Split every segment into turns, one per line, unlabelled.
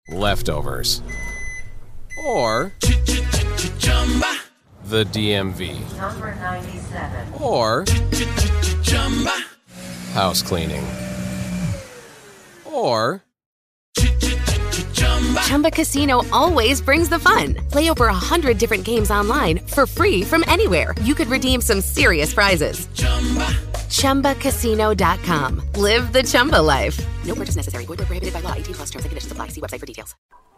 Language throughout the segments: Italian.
leftovers, or the DMV,
Number 97.
or house cleaning, or
Chumba Casino always brings the fun. Play over 100 different games online for free from anywhere. You could redeem some serious prizes. ChumbaCasino.com. Live the Chumba life. No purchase necessary. Void where prohibited by law. 18+ terms and conditions apply. See website for details.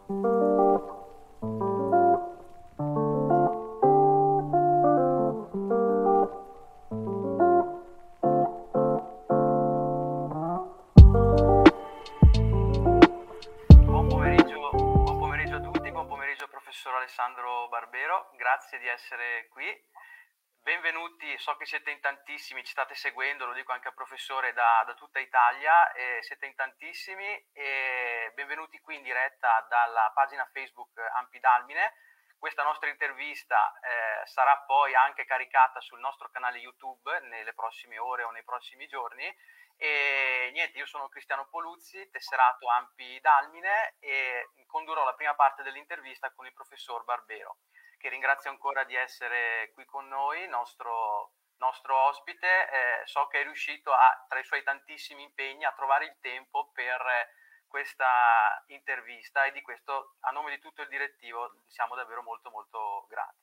Buon pomeriggio a tutti, buon pomeriggio professor Alessandro Barbero, grazie di essere qui. Benvenuti, so che siete in tantissimi, ci state seguendo, lo dico anche al professore da tutta Italia, siete in tantissimi e benvenuti qui in diretta dalla pagina Facebook Ampi Dalmine. Questa nostra intervista sarà poi anche caricata sul nostro canale YouTube nelle prossime ore o nei prossimi giorni. E niente, io sono Cristiano Poluzzi, tesserato Ampi Dalmine e condurrò la prima parte dell'intervista con il professor Barbero, che ringrazio ancora di essere qui con noi, nostro ospite. So che è riuscito tra i suoi tantissimi impegni a trovare il tempo per questa intervista e di questo, a nome di tutto il direttivo, siamo davvero molto molto grati.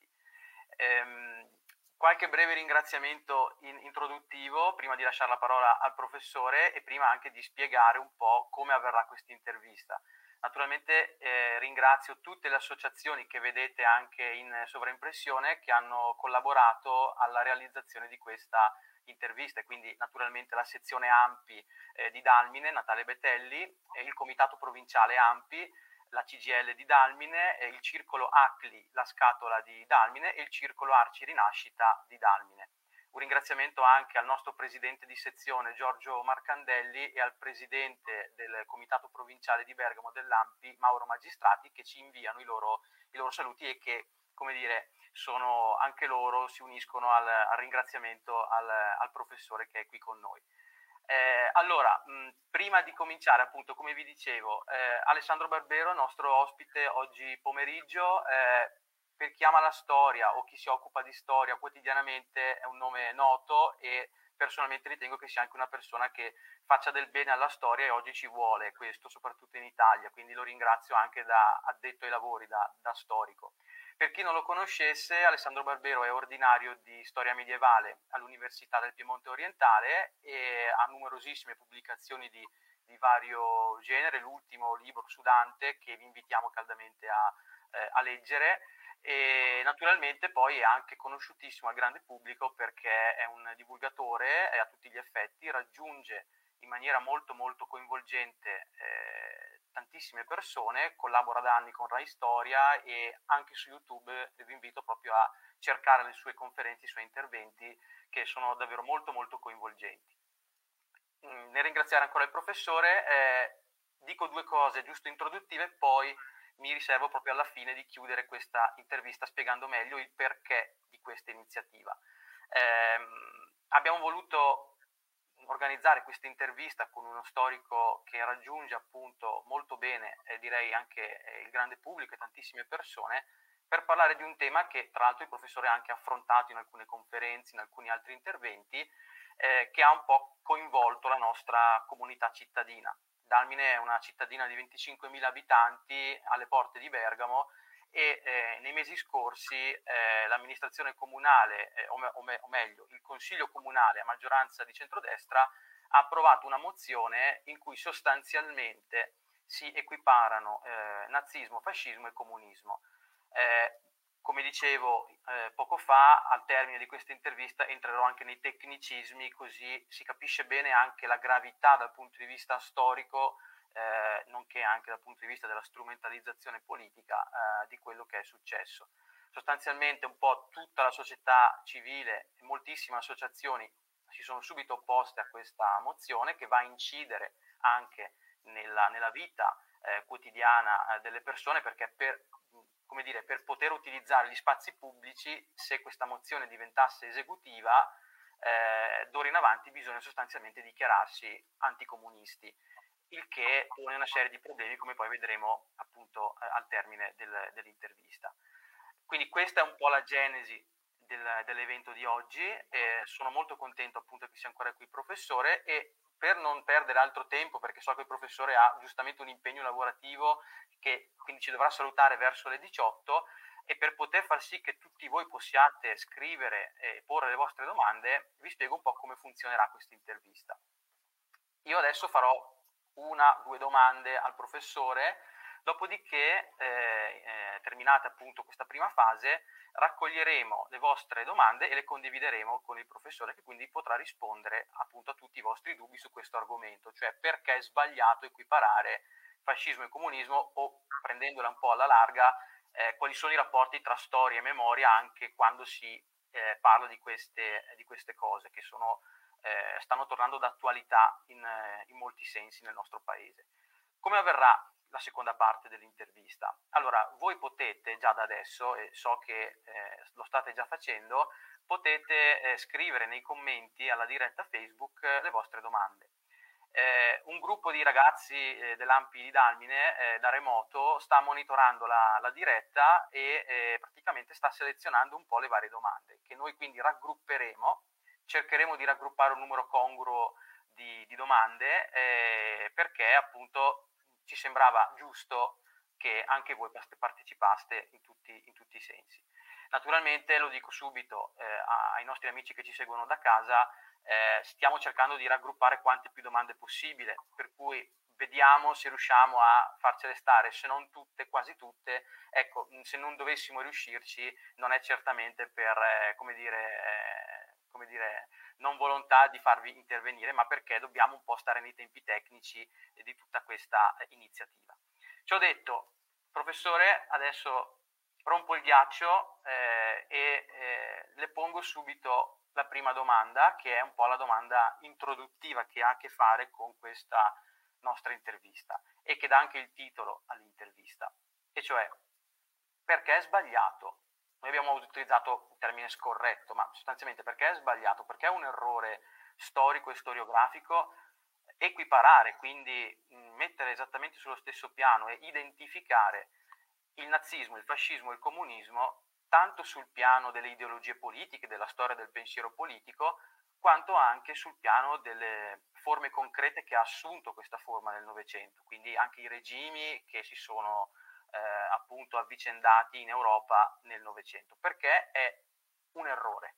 Qualche breve ringraziamento introduttivo prima di lasciare la parola al professore e prima anche di spiegare un po' come avverrà questa intervista. Naturalmente ringrazio tutte le associazioni che vedete anche in sovraimpressione che hanno collaborato alla realizzazione di questa intervista, quindi naturalmente la sezione Ampi di Dalmine, Natale Betelli, il comitato provinciale Ampi, la CGL di Dalmine, il circolo ACLI, la scatola di Dalmine e il circolo Arci Rinascita di Dalmine. Un ringraziamento anche al nostro presidente di sezione Giorgio Marcandelli e al presidente del comitato provinciale di Bergamo dell'Ampi Mauro Magistrati, che ci inviano i loro saluti e che, come dire, sono anche loro, si uniscono al ringraziamento al professore che è qui con noi. Allora, prima di cominciare, appunto, come vi dicevo, Alessandro Barbero, nostro ospite oggi pomeriggio. Per chi ama la storia o chi si occupa di storia quotidianamente è un nome noto e personalmente ritengo che sia anche una persona che faccia del bene alla storia e oggi ci vuole questo, soprattutto in Italia, quindi lo ringrazio anche da addetto ai lavori, da storico. Per chi non lo conoscesse, Alessandro Barbero è ordinario di storia medievale all'Università del Piemonte Orientale e ha numerosissime pubblicazioni di vario genere, l'ultimo libro su Dante che vi invitiamo caldamente a leggere. E naturalmente poi è anche conosciutissimo al grande pubblico perché è un divulgatore a tutti gli effetti, raggiunge in maniera molto molto coinvolgente tantissime persone, collabora da anni con Rai Storia e anche su YouTube vi invito proprio a cercare le sue conferenze, i suoi interventi che sono davvero molto molto coinvolgenti. Nel ringraziare ancora il professore dico due cose giusto introduttive, poi mi riservo proprio alla fine di chiudere questa intervista spiegando meglio il perché di questa iniziativa. Abbiamo voluto organizzare questa intervista con uno storico che raggiunge appunto molto bene, direi anche il grande pubblico e tantissime persone, per parlare di un tema che tra l'altro il professore ha anche affrontato in alcune conferenze, in alcuni altri interventi, che ha un po' coinvolto la nostra comunità cittadina. Dalmine è una cittadina di 25.000 abitanti alle porte di Bergamo e nei mesi scorsi l'amministrazione comunale, o meglio il consiglio comunale a maggioranza di centrodestra, ha approvato una mozione in cui sostanzialmente si equiparano nazismo, fascismo e comunismo. Come dicevo poco fa, al termine di questa intervista entrerò anche nei tecnicismi, così si capisce bene anche la gravità dal punto di vista storico, nonché anche dal punto di vista della strumentalizzazione politica di quello che è successo. Sostanzialmente un po' tutta la società civile e moltissime associazioni si sono subito opposte a questa mozione che va a incidere anche nella vita quotidiana delle persone, perché per poter utilizzare gli spazi pubblici, se questa mozione diventasse esecutiva, d'ora in avanti bisogna sostanzialmente dichiararsi anticomunisti, il che pone una serie di problemi, come poi vedremo appunto appunto al termine dell'intervista. Quindi questa è un po' la genesi dell'evento di oggi. Sono molto contento appunto che sia ancora qui il professore, e per non perdere altro tempo, perché so che il professore ha giustamente un impegno lavorativo che quindi ci dovrà salutare verso le 18, e per poter far sì che tutti voi possiate scrivere e porre le vostre domande, vi spiego un po' come funzionerà questa intervista. Io adesso farò 1-2 domande al professore, dopodiché, terminata appunto questa prima fase, raccoglieremo le vostre domande e le condivideremo con il professore, che quindi potrà rispondere appunto a tutti i vostri dubbi su questo argomento, cioè perché è sbagliato equiparare fascismo e comunismo, o prendendola un po' alla larga, quali sono i rapporti tra storia e memoria anche quando si parla di queste cose che stanno tornando d'attualità in molti sensi nel nostro paese. Come avverrà la seconda parte dell'intervista? Allora, voi potete già da adesso, e so che lo state già facendo, potete scrivere nei commenti alla diretta Facebook le vostre domande. Un gruppo di ragazzi dell'Ampi di Dalmine da remoto sta monitorando la diretta e praticamente sta selezionando un po' le varie domande, che noi quindi raggrupperemo. Cercheremo di raggruppare un numero congruo di domande, perché appunto ci sembrava giusto che anche voi partecipaste in tutti i sensi. Naturalmente, lo dico subito ai nostri amici che ci seguono da casa, stiamo cercando di raggruppare quante più domande possibile, per cui vediamo se riusciamo a farcele stare, se non tutte, quasi tutte. Ecco, se non dovessimo riuscirci, non è certamente per, come dire, non volontà di farvi intervenire, ma perché dobbiamo un po' stare nei tempi tecnici di tutta questa iniziativa. Ciò detto, professore, adesso rompo il ghiaccio e le pongo subito la prima domanda, che è un po' la domanda introduttiva che ha a che fare con questa nostra intervista e che dà anche il titolo all'intervista, e cioè: perché è sbagliato? Noi abbiamo utilizzato il termine scorretto, ma sostanzialmente perché è sbagliato? Perché è un errore storico e storiografico equiparare, quindi mettere esattamente sullo stesso piano e identificare il nazismo, il fascismo e il comunismo, tanto sul piano delle ideologie politiche, della storia del pensiero politico, quanto anche sul piano delle forme concrete che ha assunto questa forma nel Novecento, quindi anche i regimi che si sono appunto avvicendati in Europa nel Novecento. Perché è un errore?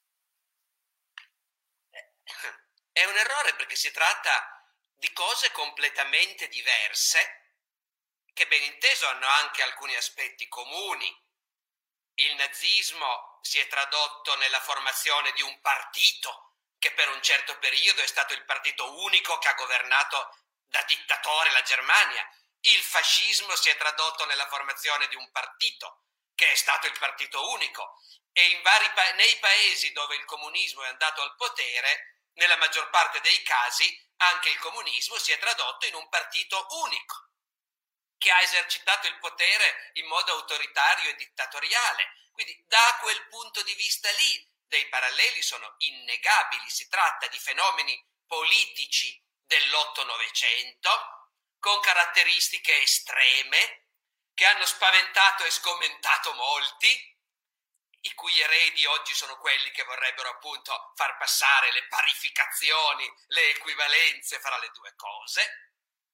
È un errore perché si tratta di cose completamente diverse, che ben inteso hanno anche alcuni aspetti comuni. Il nazismo si è tradotto nella formazione di un partito che per un certo periodo è stato il partito unico che ha governato da dittatore la Germania. Il fascismo si è tradotto nella formazione di un partito che è stato il partito unico, e nei paesi dove il comunismo è andato al potere, nella maggior parte dei casi anche il comunismo si è tradotto in un partito unico che ha esercitato il potere in modo autoritario e dittatoriale. Quindi da quel punto di vista lì dei paralleli sono innegabili. Si tratta di fenomeni politici dell'8-900 con caratteristiche estreme che hanno spaventato e sgomentato molti, i cui eredi oggi sono quelli che vorrebbero appunto far passare le parificazioni, le equivalenze fra le due cose.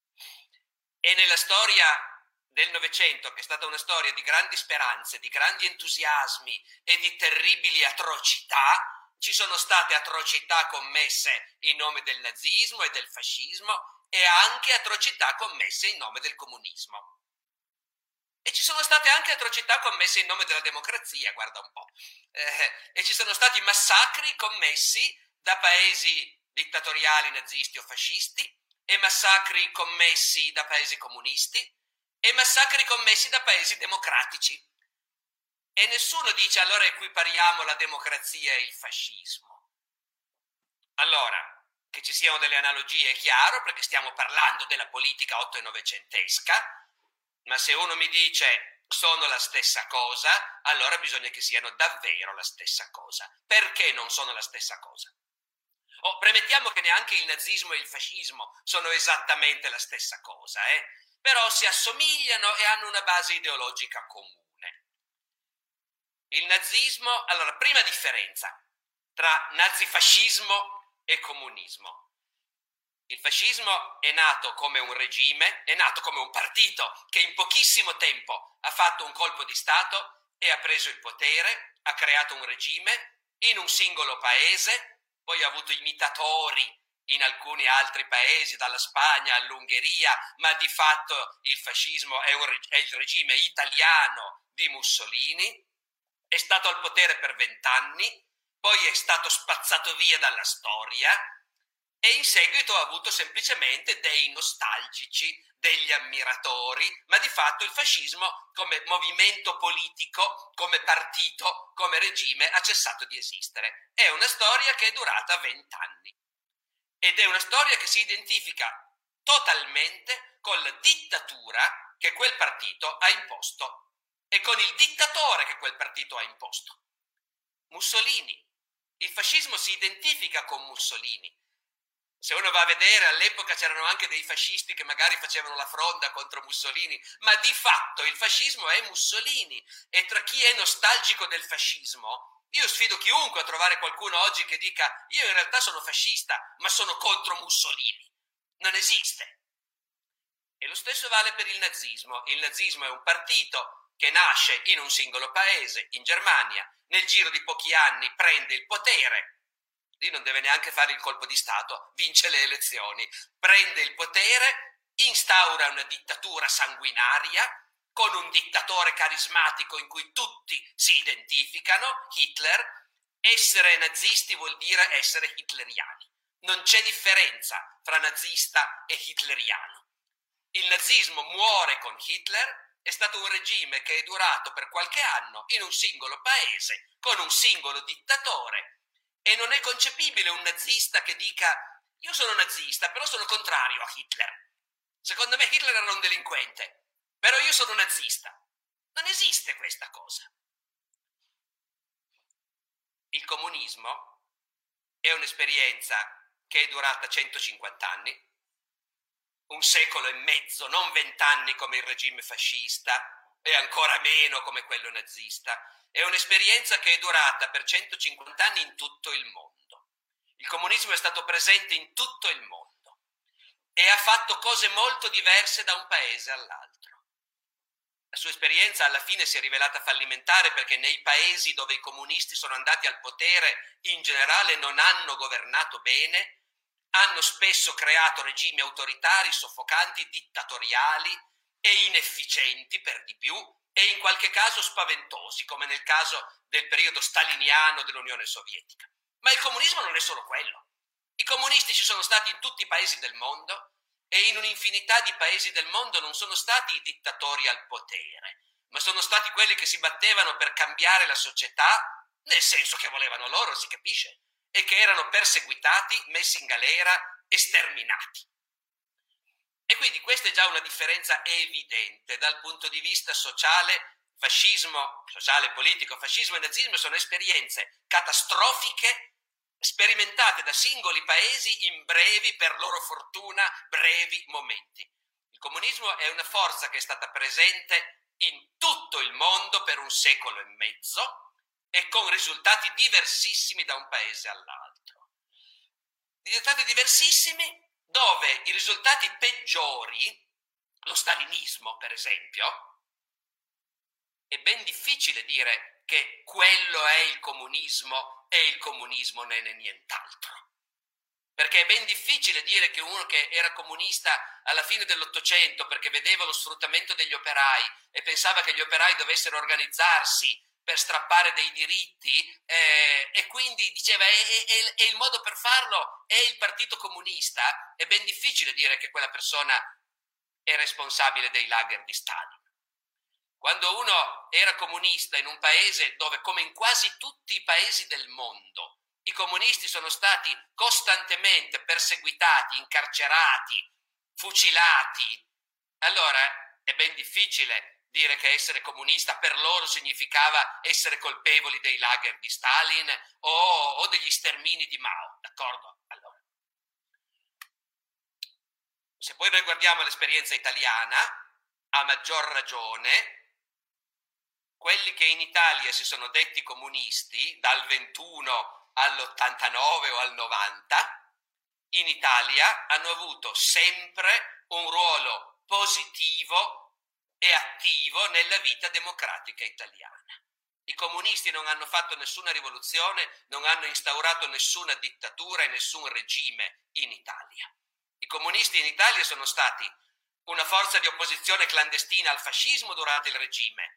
E nella storia del Novecento, che è stata una storia di grandi speranze, di grandi entusiasmi e di terribili atrocità, ci sono state atrocità commesse in nome del nazismo e del fascismo, e anche atrocità commesse in nome del comunismo. E ci sono state anche atrocità commesse in nome della democrazia, guarda un po'. E ci sono stati massacri commessi da paesi dittatoriali, nazisti o fascisti, e massacri commessi da paesi comunisti, e massacri commessi da paesi democratici. E nessuno dice allora equipariamo la democrazia e il fascismo. Allora, che ci siano delle analogie è chiaro, perché stiamo parlando della politica otto e novecentesca, ma se uno mi dice sono la stessa cosa, allora bisogna che siano davvero la stessa cosa. Perché non sono la stessa cosa? Premettiamo che neanche il nazismo e il fascismo sono esattamente la stessa cosa, però si assomigliano e hanno una base ideologica comune. Il nazismo, allora, prima differenza tra nazifascismo e comunismo. Il fascismo è nato come un regime, è nato come un partito che in pochissimo tempo ha fatto un colpo di Stato e ha preso il potere, ha creato un regime in un singolo paese, poi ha avuto imitatori in alcuni altri paesi, dalla Spagna all'Ungheria, ma di fatto il fascismo è il regime italiano di Mussolini, è stato al potere per 20 anni, poi è stato spazzato via dalla storia e in seguito ha avuto semplicemente dei nostalgici, degli ammiratori, ma di fatto il fascismo come movimento politico, come partito, come regime ha cessato di esistere. È una storia che è durata 20 anni ed è una storia che si identifica totalmente con la dittatura che quel partito ha imposto e con il dittatore che quel partito ha imposto. Mussolini. Il fascismo si identifica con Mussolini. Se uno va a vedere, all'epoca c'erano anche dei fascisti che magari facevano la fronda contro Mussolini, ma di fatto il fascismo è Mussolini. E tra chi è nostalgico del fascismo, io sfido chiunque a trovare qualcuno oggi che dica io in realtà sono fascista, ma sono contro Mussolini. Non esiste. E lo stesso vale per il nazismo. Il nazismo è un partito che nasce in un singolo paese, in Germania, nel giro di pochi anni prende il potere. Lì non deve neanche fare il colpo di Stato, vince le elezioni, prende il potere, instaura una dittatura sanguinaria con un dittatore carismatico in cui tutti si identificano, Hitler. Essere nazisti vuol dire essere hitleriani. Non c'è differenza fra nazista e hitleriano. Il nazismo muore con Hitler, è stato un regime che è durato per qualche anno in un singolo paese, con un singolo dittatore. E non è concepibile un nazista che dica io sono nazista, però sono contrario a Hitler. Secondo me Hitler era un delinquente, però io sono nazista. Non esiste questa cosa. Il comunismo è un'esperienza che è durata 150 anni, un secolo e mezzo, non 20 anni come il regime fascista e ancora meno come quello nazista. È un'esperienza che è durata per 150 anni in tutto il mondo. Il comunismo è stato presente in tutto il mondo e ha fatto cose molto diverse da un paese all'altro. La sua esperienza alla fine si è rivelata fallimentare perché nei paesi dove i comunisti sono andati al potere in generale non hanno governato bene, hanno spesso creato regimi autoritari, soffocanti, dittatoriali e inefficienti per di più, e in qualche caso spaventosi, come nel caso del periodo staliniano dell'Unione Sovietica. Ma il comunismo non è solo quello. I comunisti ci sono stati in tutti i paesi del mondo e in un'infinità di paesi del mondo non sono stati i dittatori al potere, ma sono stati quelli che si battevano per cambiare la società, nel senso che volevano loro, si capisce, e che erano perseguitati, messi in galera e sterminati. E quindi questa è già una differenza evidente dal punto di vista sociale. Fascismo, sociale, politico, fascismo e nazismo sono esperienze catastrofiche sperimentate da singoli paesi in brevi, per loro fortuna, brevi momenti. Il comunismo è una forza che è stata presente in tutto il mondo per un secolo e mezzo e con risultati diversissimi da un paese all'altro. Risultati diversissimi dove i risultati peggiori, lo stalinismo per esempio, è ben difficile dire che quello è il comunismo e il comunismo non è nient'altro. Perché è ben difficile dire che uno che era comunista alla fine dell'Ottocento perché vedeva lo sfruttamento degli operai e pensava che gli operai dovessero organizzarsi per strappare dei diritti e quindi diceva e il modo per farlo è il Partito Comunista, è ben difficile dire che quella persona è responsabile dei lager di Stalin. Quando uno era comunista in un paese dove, come in quasi tutti i paesi del mondo, i comunisti sono stati costantemente perseguitati, incarcerati, fucilati, allora è ben difficile dire che essere comunista per loro significava essere colpevoli dei lager di Stalin o degli stermini di Mao, d'accordo? Allora, se poi noi guardiamo l'esperienza italiana, a maggior ragione, quelli che in Italia si sono detti comunisti dal 21 all'89 o al 90, in Italia hanno avuto sempre un ruolo positivo e attivo nella vita democratica italiana. I comunisti non hanno fatto nessuna rivoluzione, non hanno instaurato nessuna dittatura e nessun regime in Italia. I comunisti in Italia sono stati una forza di opposizione clandestina al fascismo durante il regime,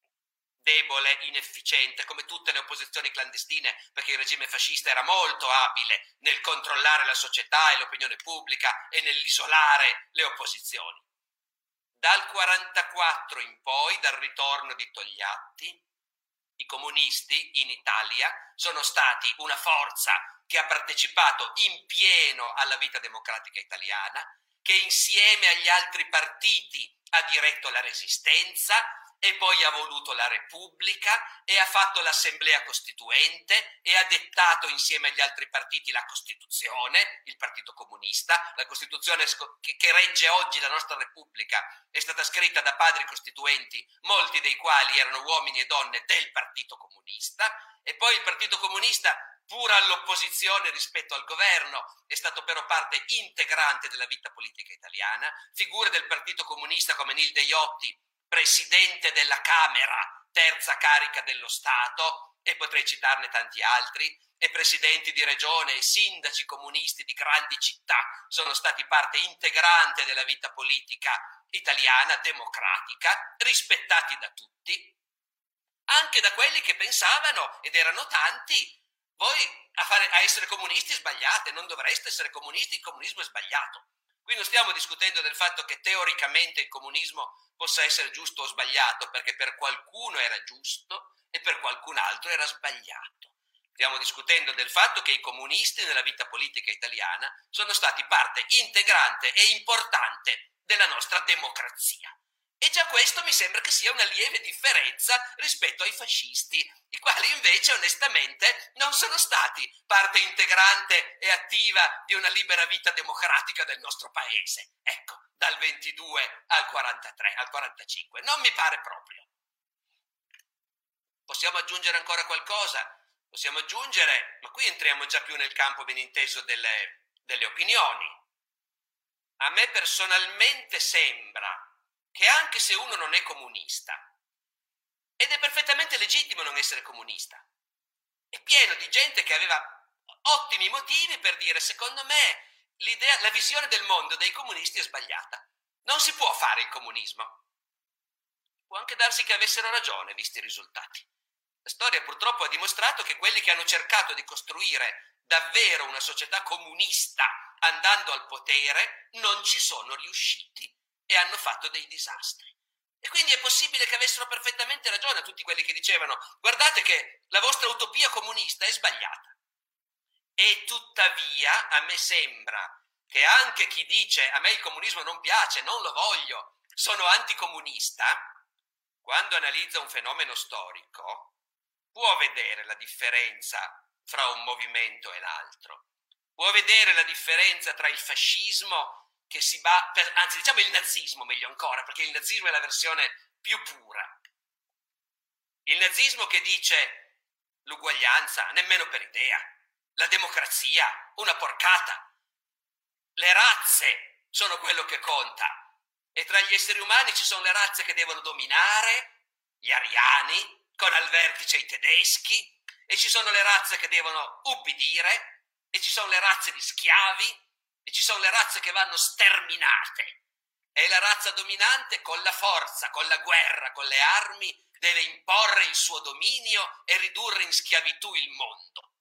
debole, inefficiente, come tutte le opposizioni clandestine, perché il regime fascista era molto abile nel controllare la società e l'opinione pubblica e nell'isolare le opposizioni. Dal 1944 in poi, dal ritorno di Togliatti, i comunisti in Italia sono stati una forza che ha partecipato in pieno alla vita democratica italiana, che insieme agli altri partiti ha diretto la Resistenza e poi ha voluto la Repubblica e ha fatto l'Assemblea Costituente e ha dettato insieme agli altri partiti la Costituzione, il Partito Comunista. La Costituzione che regge oggi la nostra Repubblica è stata scritta da padri costituenti, molti dei quali erano uomini e donne del Partito Comunista, e poi il Partito Comunista, pur all'opposizione rispetto al governo, è stato però parte integrante della vita politica italiana. Figure del Partito Comunista come Nilde Iotti, presidente della Camera, terza carica dello Stato, e potrei citarne tanti altri, e presidenti di regione e sindaci comunisti di grandi città sono stati parte integrante della vita politica italiana, democratica, rispettati da tutti, anche da quelli che pensavano, ed erano tanti, voi a essere comunisti sbagliate, non dovreste essere comunisti, il comunismo è sbagliato. Qui non stiamo discutendo del fatto che teoricamente il comunismo possa essere giusto o sbagliato, perché per qualcuno era giusto e per qualcun altro era sbagliato. Stiamo discutendo del fatto che i comunisti nella vita politica italiana sono stati parte integrante e importante della nostra democrazia. E già questo mi sembra che sia una lieve differenza rispetto ai fascisti, i quali invece onestamente non sono stati parte integrante e attiva di una libera vita democratica del nostro paese. Ecco, dal 22 al 43, al 45. Non mi pare proprio. Possiamo aggiungere ancora qualcosa? Possiamo aggiungere, ma qui entriamo già più nel campo ben inteso delle opinioni. A me personalmente sembra che anche se uno non è comunista, ed è perfettamente legittimo non essere comunista, è pieno di gente che aveva ottimi motivi per dire: secondo me la visione del mondo dei comunisti è sbagliata, non si può fare il comunismo. Può anche darsi che avessero ragione, visti i risultati. La storia purtroppo ha dimostrato che quelli che hanno cercato di costruire davvero una società comunista andando al potere non ci sono riusciti e hanno fatto dei disastri. E quindi è possibile che avessero perfettamente ragione tutti quelli che dicevano: guardate che la vostra utopia comunista è sbagliata. E tuttavia a me sembra che anche chi dice: a me il comunismo non piace, non lo voglio, sono anticomunista, quando analizza un fenomeno storico può vedere la differenza fra un movimento e l'altro, può vedere la differenza tra il fascismo che anzi diciamo il nazismo meglio ancora, perché il nazismo è la versione più pura. Il nazismo che dice: l'uguaglianza, nemmeno per idea, la democrazia, una porcata, le razze sono quello che conta, e tra gli esseri umani ci sono le razze che devono dominare, gli ariani, con al vertice i tedeschi, e ci sono le razze che devono ubbidire, e ci sono le razze di schiavi, e ci sono le razze che vanno sterminate, e la razza dominante con la forza, con la guerra, con le armi deve imporre il suo dominio e ridurre in schiavitù il mondo.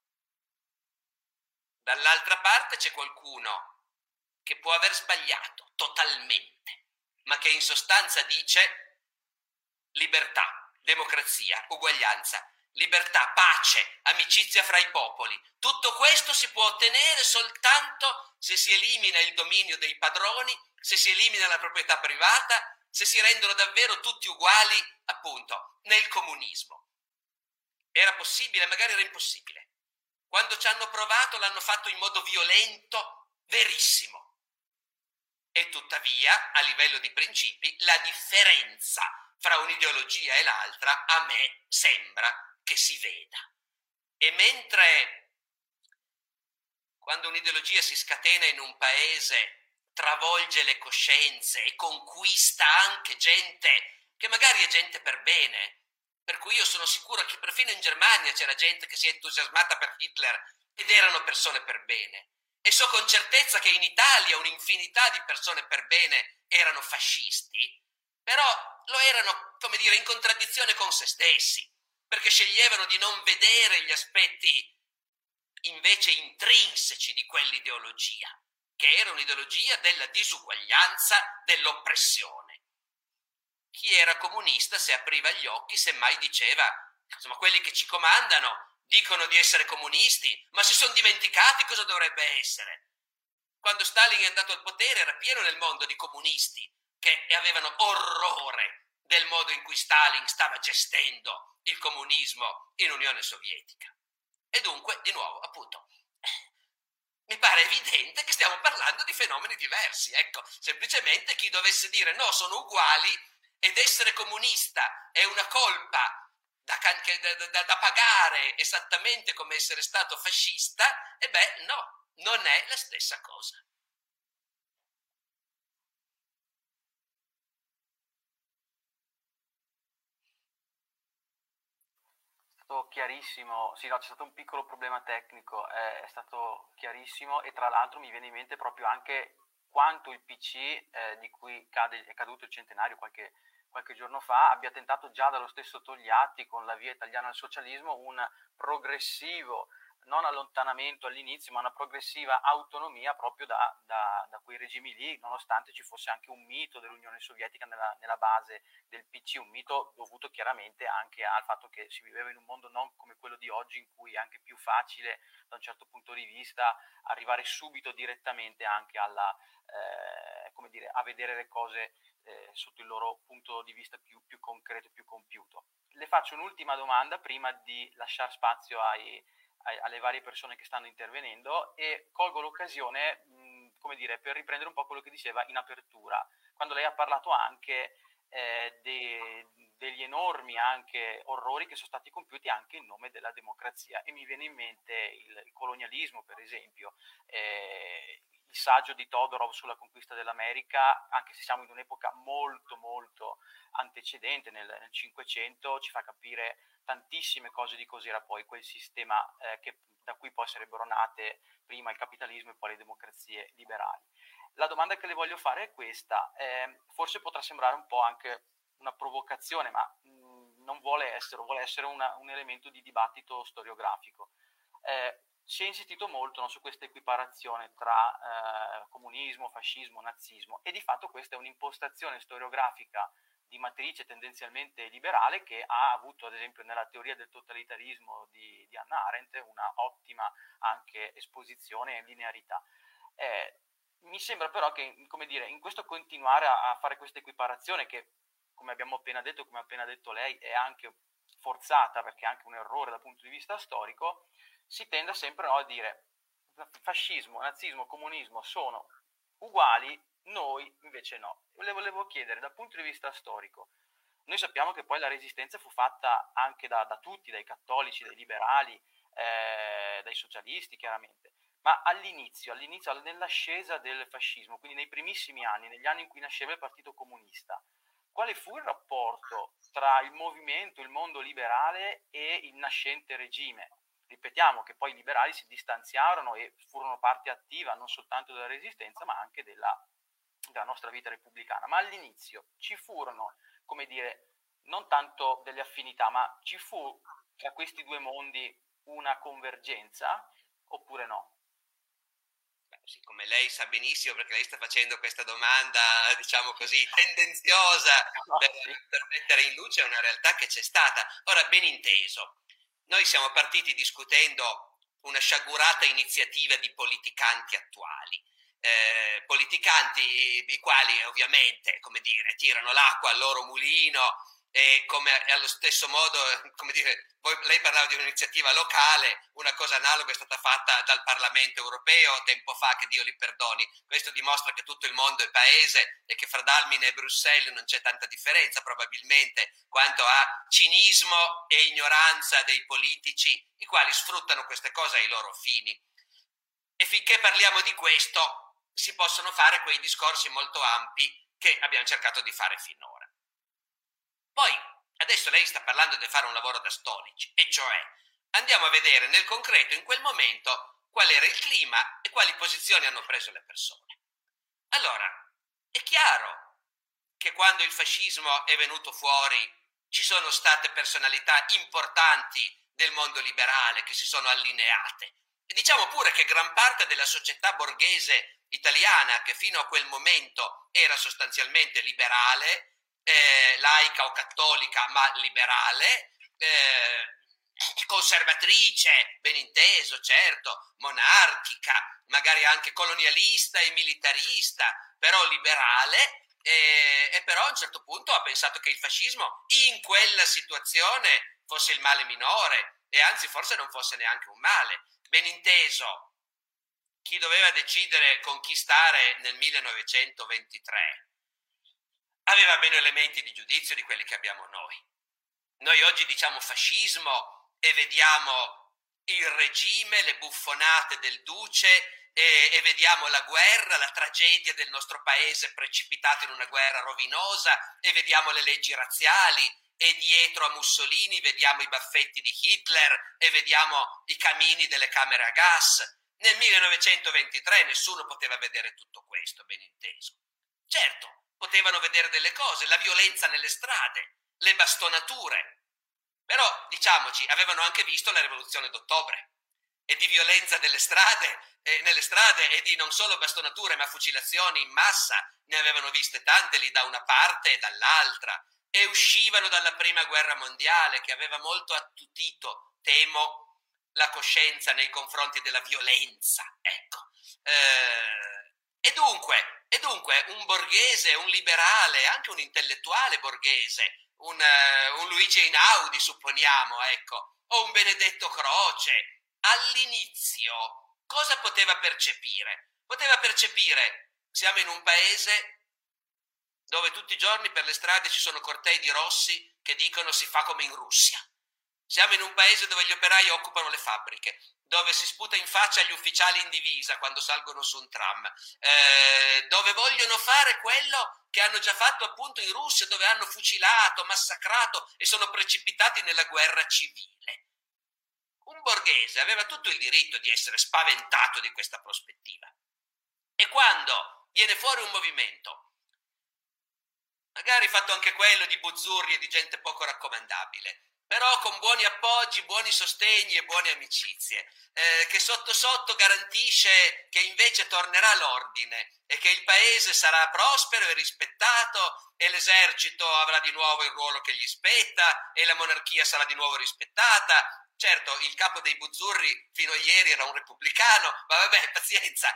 Dall'altra parte c'è qualcuno che può aver sbagliato totalmente, ma che in sostanza dice: libertà, democrazia, uguaglianza, libertà, pace, amicizia fra i popoli. Tutto questo si può ottenere soltanto se si elimina il dominio dei padroni, se si elimina la proprietà privata, se si rendono davvero tutti uguali, appunto, nel comunismo. Era possibile? Magari era impossibile. Quando ci hanno provato l'hanno fatto in modo violento, verissimo. E tuttavia, a livello di principi, la differenza fra un'ideologia e l'altra a me sembra che si veda. E mentre quando un'ideologia si scatena in un paese, travolge le coscienze e conquista anche gente che magari è gente per bene, per cui io sono sicuro che perfino in Germania c'era gente che si è entusiasmata per Hitler ed erano persone per bene. E so con certezza che in Italia un'infinità di persone per bene erano fascisti, però lo erano, come dire, in contraddizione con se stessi, perché sceglievano di non vedere gli aspetti invece intrinseci di quell'ideologia, che era un'ideologia della disuguaglianza, dell'oppressione. Chi era comunista, se apriva gli occhi, semmai diceva, insomma, quelli che ci comandano dicono di essere comunisti, ma si sono dimenticati cosa dovrebbe essere. Quando Stalin è andato al potere era pieno nel mondo di comunisti che avevano orrore del modo in cui Stalin stava gestendo il comunismo in Unione Sovietica. E dunque, di nuovo, appunto, mi pare evidente che stiamo parlando di fenomeni diversi. Ecco, semplicemente chi dovesse dire no, sono uguali ed essere comunista è una colpa da pagare esattamente come essere stato fascista, e beh, no, non è la stessa cosa.
Chiarissimo, sì, no, c'è stato un piccolo problema tecnico, è stato chiarissimo, e tra l'altro mi viene in mente proprio anche quanto il PC, di cui è caduto il centenario qualche giorno fa, abbia tentato già dallo stesso Togliatti, con la via italiana al socialismo, un progressivo, non allontanamento all'inizio, ma una progressiva autonomia proprio da quei regimi lì, nonostante ci fosse anche un mito dell'Unione Sovietica nella base del PC, un mito dovuto chiaramente anche al fatto che si viveva in un mondo non come quello di oggi, in cui è anche più facile da un certo punto di vista arrivare subito direttamente anche alla, come dire, a vedere le cose sotto il loro punto di vista più concreto, più compiuto. Le faccio un'ultima domanda prima di lasciare spazio alle varie persone che stanno intervenendo, e colgo l'occasione, come dire, per riprendere un po' quello che diceva in apertura, quando lei ha parlato anche degli enormi anche orrori che sono stati compiuti anche in nome della democrazia, e mi viene in mente il colonialismo, per esempio, il saggio di Todorov sulla conquista dell'America, anche se siamo in un'epoca molto molto antecedente, nel 500, ci fa capire tantissime cose di cos'era poi quel sistema da cui poi sarebbero nate prima il capitalismo e poi le democrazie liberali. La domanda che le voglio fare è questa, forse potrà sembrare un po' anche una provocazione, ma non vuole essere un elemento di dibattito storiografico. Si è insistito molto, no, su questa equiparazione tra comunismo, fascismo, nazismo, e di fatto questa è un'impostazione storiografica di matrice tendenzialmente liberale, che ha avuto, ad esempio, nella teoria del totalitarismo di Hannah Arendt, una ottima anche esposizione e linearità. Mi sembra però che, come dire, in questo continuare a fare questa equiparazione, che come abbiamo appena detto, come ha appena detto lei, è anche forzata perché è anche un errore dal punto di vista storico, si tende sempre, no, a dire fascismo, nazismo, comunismo sono uguali, noi invece no. Le volevo chiedere, dal punto di vista storico, noi sappiamo che poi la resistenza fu fatta anche da tutti, dai cattolici, dai liberali, dai socialisti chiaramente, ma all'inizio, nell'ascesa del fascismo, quindi nei primissimi anni, negli anni in cui nasceva il Partito Comunista, quale fu il rapporto tra il movimento, il mondo liberale e il nascente regime? Ripetiamo che poi i liberali si distanziarono e furono parte attiva non soltanto della resistenza, ma anche della nostra vita repubblicana. Ma all'inizio ci furono, come dire, non tanto delle affinità, ma ci fu tra questi due mondi una convergenza oppure no?
Sì, come lei sa benissimo, perché lei sta facendo questa domanda, diciamo così, tendenziosa per mettere in luce una realtà che c'è stata. Ora, ben inteso, noi siamo partiti discutendo una sciagurata iniziativa di politicanti attuali, politicanti i quali ovviamente, come dire, tirano l'acqua al loro mulino e come allo stesso modo, come dire, lei parlava di un'iniziativa locale, una cosa analoga è stata fatta dal Parlamento europeo tempo fa, che Dio li perdoni. Questo dimostra che tutto il mondo è paese e che fra Dalmine e Bruxelles non c'è tanta differenza probabilmente quanto a cinismo e ignoranza dei politici, i quali sfruttano queste cose ai loro fini. E finché parliamo di questo si possono fare quei discorsi molto ampi che abbiamo cercato di fare finora. Poi, adesso lei sta parlando di fare un lavoro da storici, e cioè andiamo a vedere nel concreto in quel momento qual era il clima e quali posizioni hanno preso le persone. Allora, è chiaro che quando il fascismo è venuto fuori ci sono state personalità importanti del mondo liberale che si sono allineate. E diciamo pure che gran parte della società borghese italiana, che fino a quel momento era sostanzialmente liberale, laica o cattolica ma liberale, conservatrice, ben inteso, certo, monarchica, magari anche colonialista e militarista, però liberale, e però a un certo punto ha pensato che il fascismo in quella situazione fosse il male minore e anzi forse non fosse neanche un male. Ben inteso, chi doveva decidere con chi stare nel 1923 aveva meno elementi di giudizio di quelli che abbiamo noi. Noi oggi diciamo fascismo e vediamo il regime, le buffonate del duce e vediamo la guerra, la tragedia del nostro paese precipitato in una guerra rovinosa e vediamo le leggi razziali e dietro a Mussolini vediamo i baffetti di Hitler e vediamo i camini delle camere a gas. Nel 1923 nessuno poteva vedere tutto questo, ben inteso. Certo, potevano vedere delle cose, la violenza nelle strade, le bastonature, però diciamoci, avevano anche visto la rivoluzione d'ottobre e di violenza nelle strade e di non solo bastonature ma fucilazioni in massa, ne avevano viste tante lì da una parte e dall'altra, e uscivano dalla prima guerra mondiale che aveva molto attutito, temo, la coscienza nei confronti della violenza, ecco. E dunque un borghese, un liberale, anche un intellettuale borghese, un Luigi Einaudi supponiamo, ecco, o un Benedetto Croce, all'inizio cosa poteva percepire? Poteva percepire, siamo in un paese dove tutti i giorni per le strade ci sono cortei di rossi che dicono si fa come in Russia. Siamo in un paese dove gli operai occupano le fabbriche, dove si sputa in faccia agli ufficiali in divisa quando salgono su un tram, dove vogliono fare quello che hanno già fatto appunto in Russia, dove hanno fucilato, massacrato e sono precipitati nella guerra civile. Un borghese aveva tutto il diritto di essere spaventato di questa prospettiva. E quando viene fuori un movimento, magari fatto anche quello di buzzurri e di gente poco raccomandabile, però con buoni appoggi, buoni sostegni e buone amicizie, che sotto sotto garantisce che invece tornerà l'ordine e che il paese sarà prospero e rispettato e l'esercito avrà di nuovo il ruolo che gli spetta e la monarchia sarà di nuovo rispettata. Certo, il capo dei buzzurri fino a ieri era un repubblicano, ma vabbè, pazienza.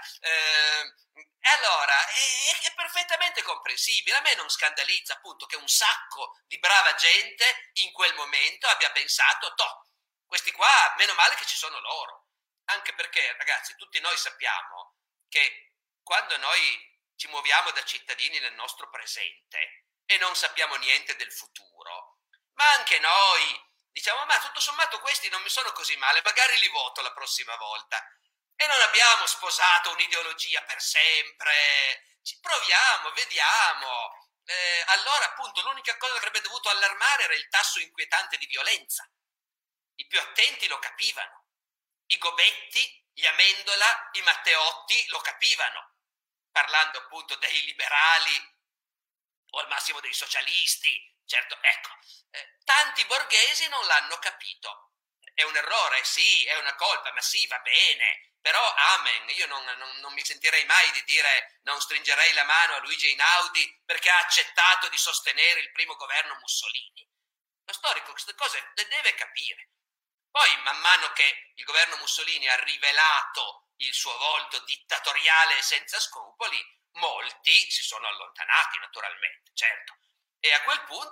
E allora, è perfettamente comprensibile. A me non scandalizza appunto che un sacco di brava gente in quel momento abbia pensato, questi qua, meno male che ci sono loro. Anche perché, ragazzi, tutti noi sappiamo che quando noi ci muoviamo da cittadini nel nostro presente e non sappiamo niente del futuro, ma anche noi diciamo, ma tutto sommato questi non mi sono così male, magari li voto la prossima volta. E non abbiamo sposato un'ideologia per sempre, ci proviamo, vediamo. Allora appunto l'unica cosa che avrebbe dovuto allarmare era il tasso inquietante di violenza. I più attenti lo capivano, i Gobetti, gli Amendola, i Matteotti lo capivano, parlando appunto dei liberali o al massimo dei socialisti. Certo, ecco, tanti borghesi non l'hanno capito. È un errore? Sì, è una colpa, ma sì, va bene. Però, amen, io non mi sentirei mai di dire non stringerei la mano a Luigi Einaudi perché ha accettato di sostenere il primo governo Mussolini. Lo storico queste cose le deve capire. Poi, man mano che il governo Mussolini ha rivelato il suo volto dittatoriale e senza scrupoli, molti si sono allontanati, naturalmente, certo. E a quel punto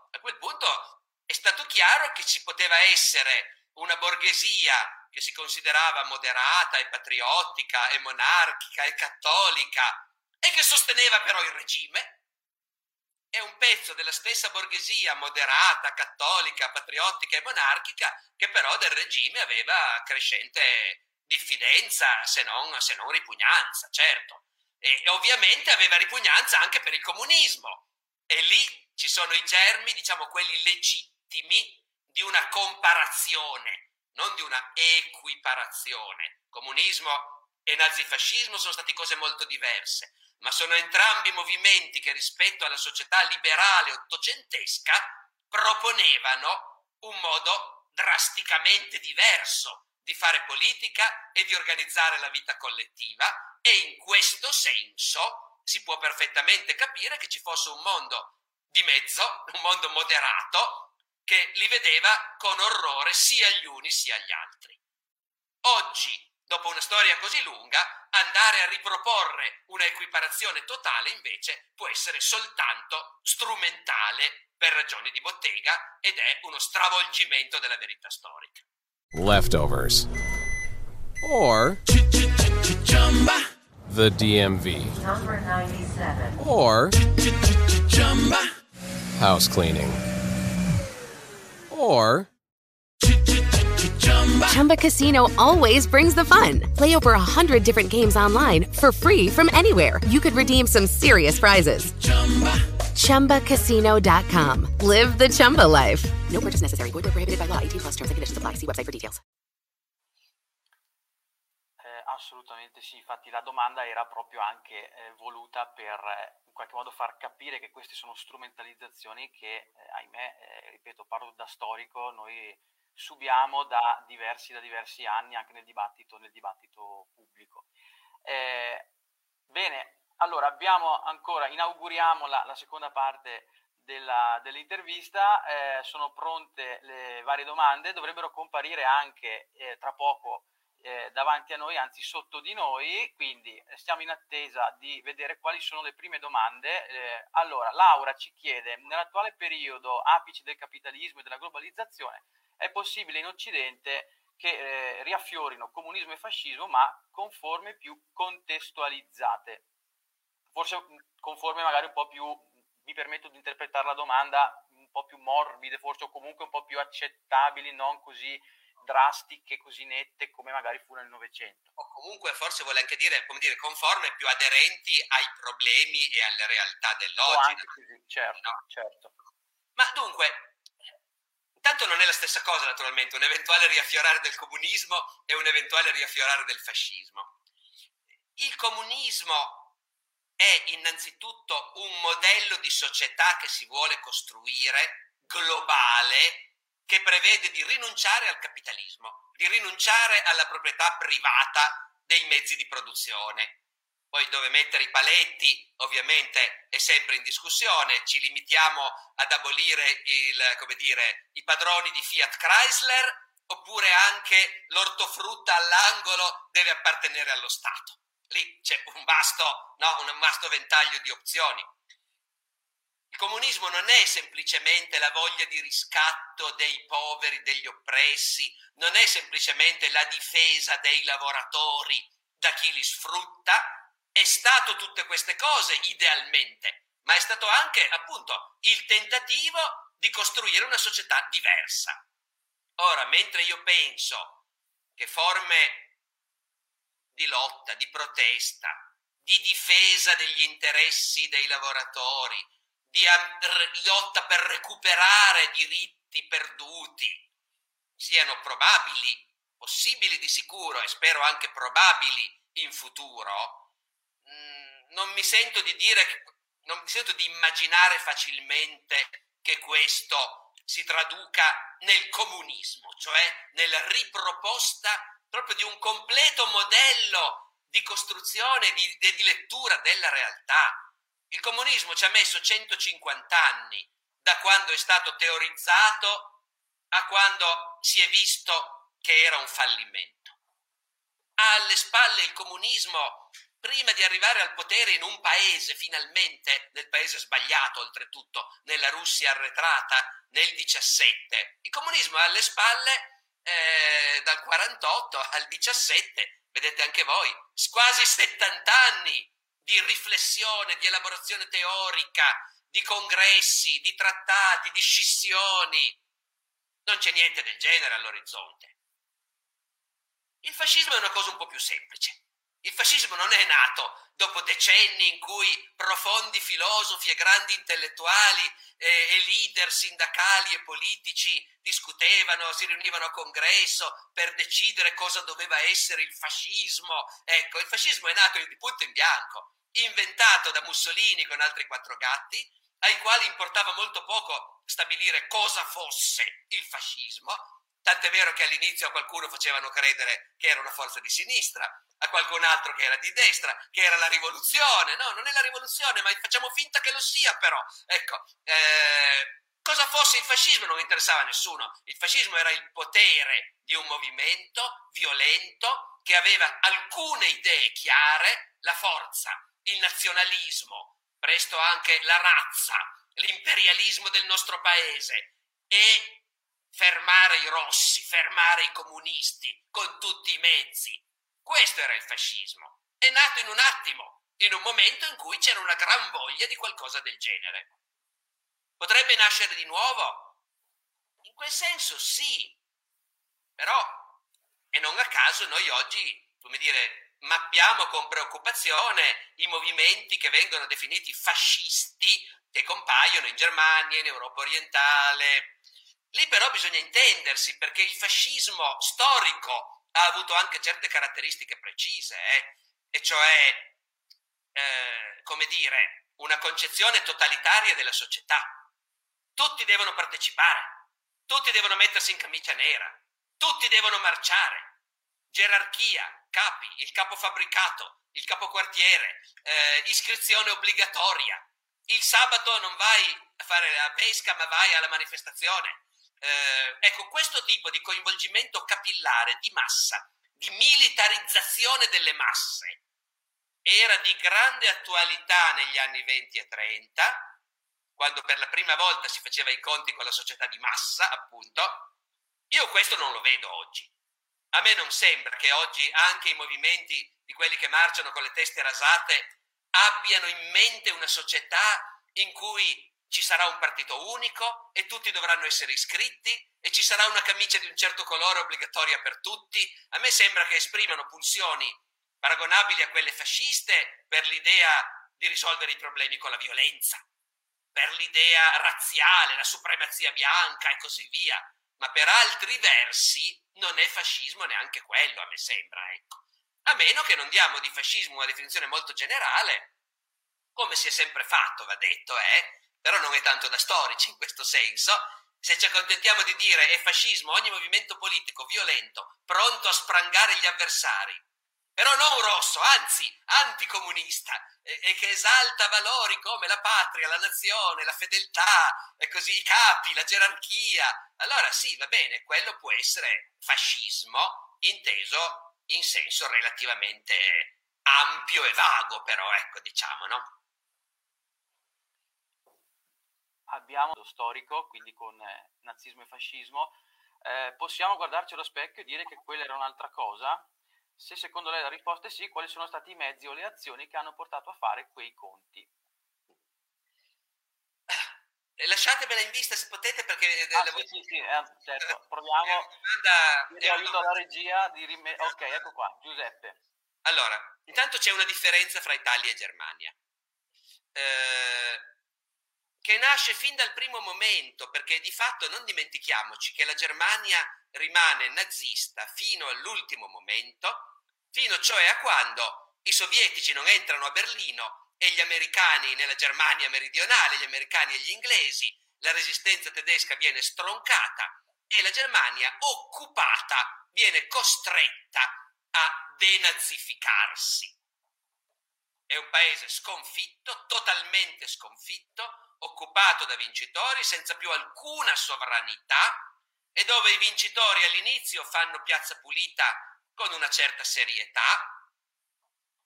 a quel punto è stato chiaro che ci poteva essere una borghesia che si considerava moderata e patriottica e monarchica e cattolica e che sosteneva però il regime, e un pezzo della stessa borghesia moderata, cattolica, patriottica e monarchica che però del regime aveva crescente diffidenza, se non ripugnanza, certo. E ovviamente aveva ripugnanza anche per il comunismo. E lì ci sono i germi, diciamo quelli legittimi, di una comparazione, non di una equiparazione. Comunismo e nazifascismo sono stati cose molto diverse, ma sono entrambi movimenti che rispetto alla società liberale ottocentesca proponevano un modo drasticamente diverso di fare politica e di organizzare la vita collettiva, e in questo senso si può perfettamente capire che ci fosse un mondo di mezzo, un mondo moderato, che li vedeva con orrore sia gli uni sia gli altri. Oggi, dopo una storia così lunga, andare a riproporre una equiparazione totale invece può essere soltanto strumentale per ragioni di bottega ed è uno stravolgimento della verità storica.
Leftovers. Or the DMV.
Number 97.
Or house cleaning. Or
Chumba Casino always brings the fun. Play over 100 different games online for free from anywhere. You could redeem some serious prizes. ChumbaCasino.com. Live the Chumba life. No purchase necessary. Void where prohibited by law. 18+ terms and conditions apply. See website for details.
Assolutamente sì, infatti la domanda era proprio anche voluta per in qualche modo far capire che queste sono strumentalizzazioni che, ahimè, ripeto, parlo da storico, noi subiamo da diversi anni anche nel dibattito pubblico. Bene, allora inauguriamo la seconda parte dell'intervista, sono pronte le varie domande, dovrebbero comparire anche tra poco davanti a noi, anzi sotto di noi, quindi stiamo in attesa di vedere quali sono le prime domande. Allora, Laura ci chiede: nell'attuale periodo apice del capitalismo e della globalizzazione è possibile in Occidente che riaffiorino comunismo e fascismo, ma con forme più contestualizzate, forse con forme magari un po' più, mi permetto di interpretare la domanda, un po' più morbide forse, o comunque un po' più accettabili, non così drastiche, così nette come magari fu nel Novecento.
O comunque forse vuole anche dire, come dire, con forme più aderenti ai problemi e alle realtà dell'oggi.
O anche così, certo, no? Certo.
Ma dunque, intanto non è la stessa cosa naturalmente un eventuale riaffiorare del comunismo e un eventuale riaffiorare del fascismo. Il comunismo è innanzitutto un modello di società che si vuole costruire, globale, che prevede di rinunciare al capitalismo, di rinunciare alla proprietà privata dei mezzi di produzione. Poi dove mettere i paletti ovviamente è sempre in discussione, ci limitiamo ad abolire i padroni di Fiat Chrysler, oppure anche l'ortofrutta all'angolo deve appartenere allo Stato. Lì c'è un vasto ventaglio di opzioni. Il comunismo non è semplicemente la voglia di riscatto dei poveri, degli oppressi, non è semplicemente la difesa dei lavoratori da chi li sfrutta, è stato tutte queste cose idealmente, ma è stato anche appunto il tentativo di costruire una società diversa. Ora, mentre io penso che forme di lotta, di protesta, di difesa degli interessi dei lavoratori, di lotta per recuperare diritti perduti siano probabili, possibili di sicuro e spero anche probabili in futuro, non mi sento di immaginare facilmente che questo si traduca nel comunismo, cioè nella riproposta proprio di un completo modello di costruzione e di lettura della realtà. Il comunismo ci ha messo 150 anni, da quando è stato teorizzato a quando si è visto che era un fallimento. Ha alle spalle il comunismo prima di arrivare al potere in un paese, finalmente, nel paese sbagliato oltretutto, nella Russia arretrata nel 17. Il comunismo è alle spalle dal 48 al 17, vedete anche voi, quasi 70 anni di riflessione, di elaborazione teorica, di congressi, di trattati, di scissioni. Non c'è niente del genere all'orizzonte. Il fascismo è una cosa un po' più semplice. Il fascismo non è nato dopo decenni in cui profondi filosofi e grandi intellettuali e leader sindacali e politici discutevano, si riunivano a congresso per decidere cosa doveva essere il fascismo. Ecco, il fascismo è nato di punto in bianco, inventato da Mussolini con altri 4 gatti, ai quali importava molto poco stabilire cosa fosse il fascismo, tant'è vero che all'inizio a qualcuno facevano credere che era una forza di sinistra, a qualcun altro che era di destra, che era la rivoluzione. No, non è la rivoluzione, ma facciamo finta che lo sia però. Ecco, cosa fosse il fascismo non interessava a nessuno. Il fascismo era il potere di un movimento violento che aveva alcune idee chiare, la forza, il nazionalismo, presto anche la razza, l'imperialismo del nostro paese e fermare i rossi, fermare i comunisti con tutti i mezzi. Questo era il fascismo. È nato in un attimo, in un momento in cui c'era una gran voglia di qualcosa del genere. Potrebbe nascere di nuovo? In quel senso sì, però, e non a caso noi oggi, come dire, mappiamo con preoccupazione i movimenti che vengono definiti fascisti che compaiono in Germania, in Europa orientale. Lì però bisogna intendersi, perché il fascismo storico ha avuto anche certe caratteristiche precise, e cioè, come dire, una concezione totalitaria della società. Tutti devono partecipare, tutti devono mettersi in camicia nera, tutti devono marciare, gerarchia, capi, il capofabbricato, il capoquartiere, iscrizione obbligatoria. Il sabato non vai a fare la pesca, ma vai alla manifestazione. Ecco, questo tipo di coinvolgimento capillare, di massa, di militarizzazione delle masse, era di grande attualità negli anni 20 e 30, quando per la prima volta si faceva i conti con la società di massa, appunto. Io questo non lo vedo oggi. A me non sembra che oggi anche i movimenti di quelli che marciano con le teste rasate abbiano in mente una società in cui ci sarà un partito unico e tutti dovranno essere iscritti e ci sarà una camicia di un certo colore obbligatoria per tutti. A me sembra che esprimano pulsioni paragonabili a quelle fasciste per l'idea di risolvere i problemi con la violenza, per l'idea razziale, la supremazia bianca e così via. Ma per altri versi non è fascismo neanche quello, a me sembra, ecco. A meno che non diamo di fascismo una definizione molto generale, come si è sempre fatto, va detto, però non è tanto da storici in questo senso. Se ci accontentiamo di dire è fascismo ogni movimento politico violento, pronto a sprangare gli avversari, però non rosso, anzi anticomunista, e che esalta valori come la patria, la nazione, la fedeltà, e così i capi, la gerarchia, allora sì, va bene, quello può essere fascismo inteso in senso relativamente ampio e vago, però ecco, diciamo, no?
Abbiamo lo storico, quindi con nazismo e fascismo, possiamo guardarci allo specchio e dire che quella era un'altra cosa? Se secondo lei la risposta è sì, quali sono stati i mezzi o le azioni che hanno portato a fare quei conti?
Lasciatemela in vista se potete, perché
sì, certo, proviamo. Chiedo aiuto alla regia di ok, ecco qua, Giuseppe.
Allora, intanto c'è una differenza fra Italia e Germania, che nasce fin dal primo momento, perché di fatto non dimentichiamoci che la Germania rimane nazista fino all'ultimo momento, fino cioè a quando i sovietici non entrano a Berlino e gli americani nella Germania meridionale, gli americani e gli inglesi, la resistenza tedesca viene stroncata e la Germania occupata viene costretta a denazificarsi. È un paese sconfitto, totalmente sconfitto, occupato da vincitori, senza più alcuna sovranità, e dove i vincitori all'inizio fanno piazza pulita con una certa serietà,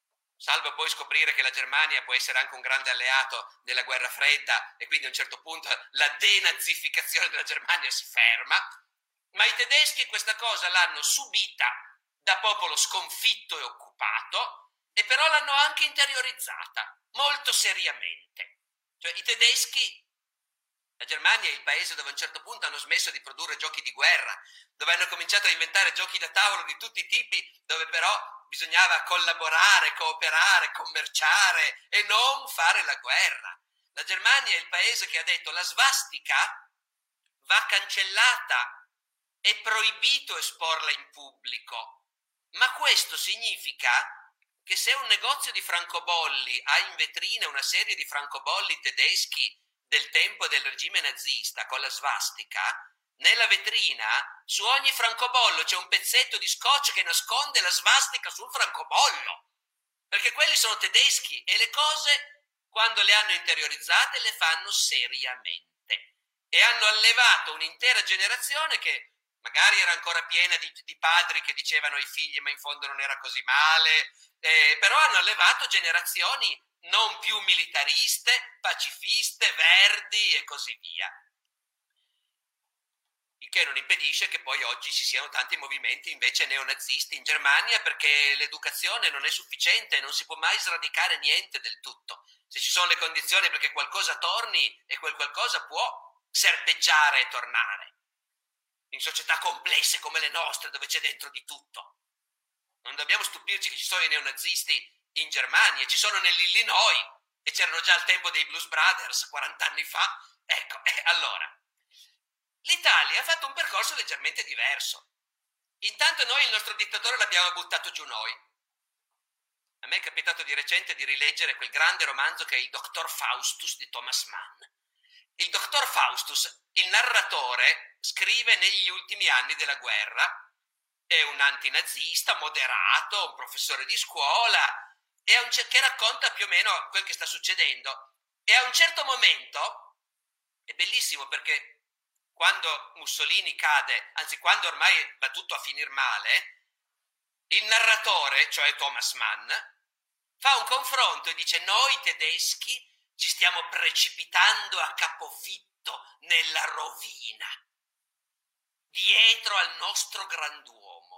salvo poi scoprire che la Germania può essere anche un grande alleato della guerra fredda e quindi a un certo punto la denazificazione della Germania si ferma, ma i tedeschi questa cosa l'hanno subita da popolo sconfitto e occupato e però l'hanno anche interiorizzata molto seriamente. Cioè i tedeschi, la Germania è il paese dove a un certo punto hanno smesso di produrre giochi di guerra, dove hanno cominciato a inventare giochi da tavolo di tutti i tipi, dove però bisognava collaborare, cooperare, commerciare e non fare la guerra. La Germania è il paese che ha detto la svastica va cancellata, è proibito esporla in pubblico, ma questo significa che se un negozio di francobolli ha in vetrina una serie di francobolli tedeschi del tempo del regime nazista con la svastica, nella vetrina su ogni francobollo c'è un pezzetto di scotch che nasconde la svastica sul francobollo, perché quelli sono tedeschi e le cose, quando le hanno interiorizzate, le fanno seriamente e hanno allevato un'intera generazione che magari era ancora piena di padri che dicevano ai figli ma in fondo non era così male, però hanno allevato generazioni non più militariste, pacifiste, verdi e così via. Il che non impedisce che poi oggi ci siano tanti movimenti invece neonazisti in Germania, perché l'educazione non è sufficiente e non si può mai sradicare niente del tutto. Se ci sono le condizioni perché qualcosa torni, e quel qualcosa può serpeggiare e tornare. In società complesse come le nostre, dove c'è dentro di tutto. Non dobbiamo stupirci che ci sono i neonazisti in Germania, ci sono nell'Illinois e c'erano già al tempo dei Blues Brothers 40 anni fa. Ecco, allora, l'Italia ha fatto un percorso leggermente diverso. Intanto noi il nostro dittatore l'abbiamo buttato giù noi. A me è capitato di recente di rileggere quel grande romanzo che è il Dottor Faustus di Thomas Mann. Il Dottor Faustus, il narratore, scrive negli ultimi anni della guerra, è un antinazista moderato, un professore di scuola, che racconta più o meno quel che sta succedendo. E a un certo momento, è bellissimo perché quando Mussolini cade, anzi quando ormai va tutto a finir male, il narratore, cioè Thomas Mann, fa un confronto e dice: noi tedeschi ci stiamo precipitando a capofitto nella rovina, dietro al nostro granduomo.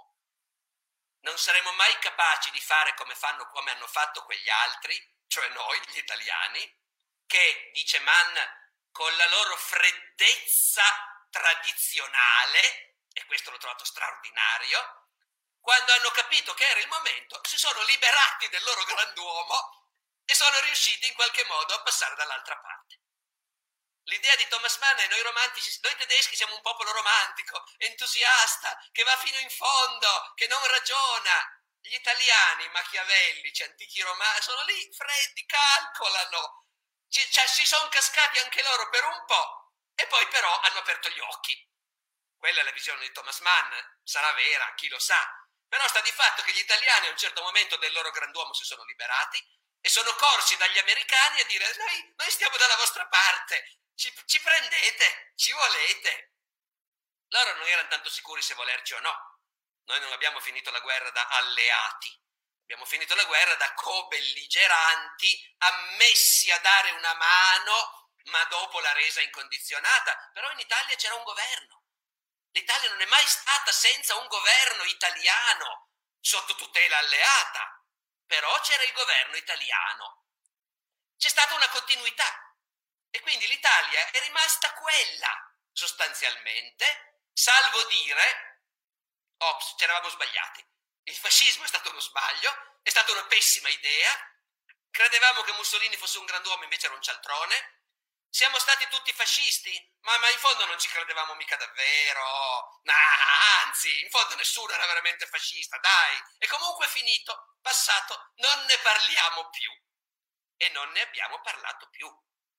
Non saremo mai capaci di fare come hanno fatto quegli altri, cioè noi, gli italiani, che, dice Mann, con la loro freddezza tradizionale, e questo l'ho trovato straordinario, quando hanno capito che era il momento, si sono liberati del loro granduomo e sono riusciti in qualche modo a passare dall'altra parte. L'idea di Thomas Mann è: noi romantici, noi tedeschi siamo un popolo romantico, entusiasta, che va fino in fondo, che non ragiona. Gli italiani, machiavellici, antichi romani, sono lì, freddi, calcolano. Si sono cascati anche loro per un po' e poi però hanno aperto gli occhi. Quella è la visione di Thomas Mann, sarà vera, chi lo sa. Però sta di fatto che gli italiani a un certo momento del loro granduomo si sono liberati e sono corsi dagli americani a dire: noi stiamo dalla vostra parte. Ci prendete, ci volete. Loro non erano tanto sicuri se volerci o no. Noi non abbiamo finito la guerra da alleati, abbiamo finito la guerra da co-belligeranti ammessi a dare una mano, ma dopo la resa incondizionata. Però in Italia c'era un governo. L'Italia non è mai stata senza un governo italiano sotto tutela alleata, però c'era il governo italiano. C'è stata una continuità. E quindi l'Italia è rimasta quella, sostanzialmente, salvo dire: ops, ci eravamo sbagliati. Il fascismo è stato uno sbaglio, è stata una pessima idea, credevamo che Mussolini fosse un grand'uomo, invece era un cialtrone, siamo stati tutti fascisti, ma in fondo non ci credevamo mica davvero, anzi, in fondo nessuno era veramente fascista, dai, e comunque è finito, passato, non ne parliamo più. E non ne abbiamo parlato più.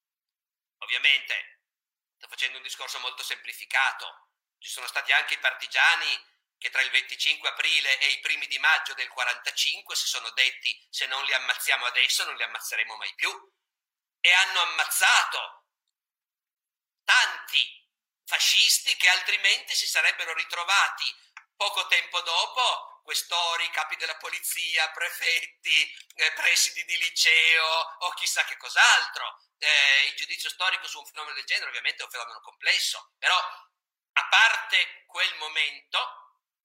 Ovviamente sto facendo un discorso molto semplificato. Ci sono stati anche i partigiani che tra il 25 aprile e i primi di maggio del 45 si sono detti: se non li ammazziamo adesso non li ammazzeremo mai più, e hanno ammazzato tanti fascisti che altrimenti si sarebbero ritrovati poco tempo dopo questori, capi della polizia, prefetti, presidi di liceo o chissà che cos'altro. Il giudizio storico su un fenomeno del genere ovviamente è un fenomeno complesso, però a parte quel momento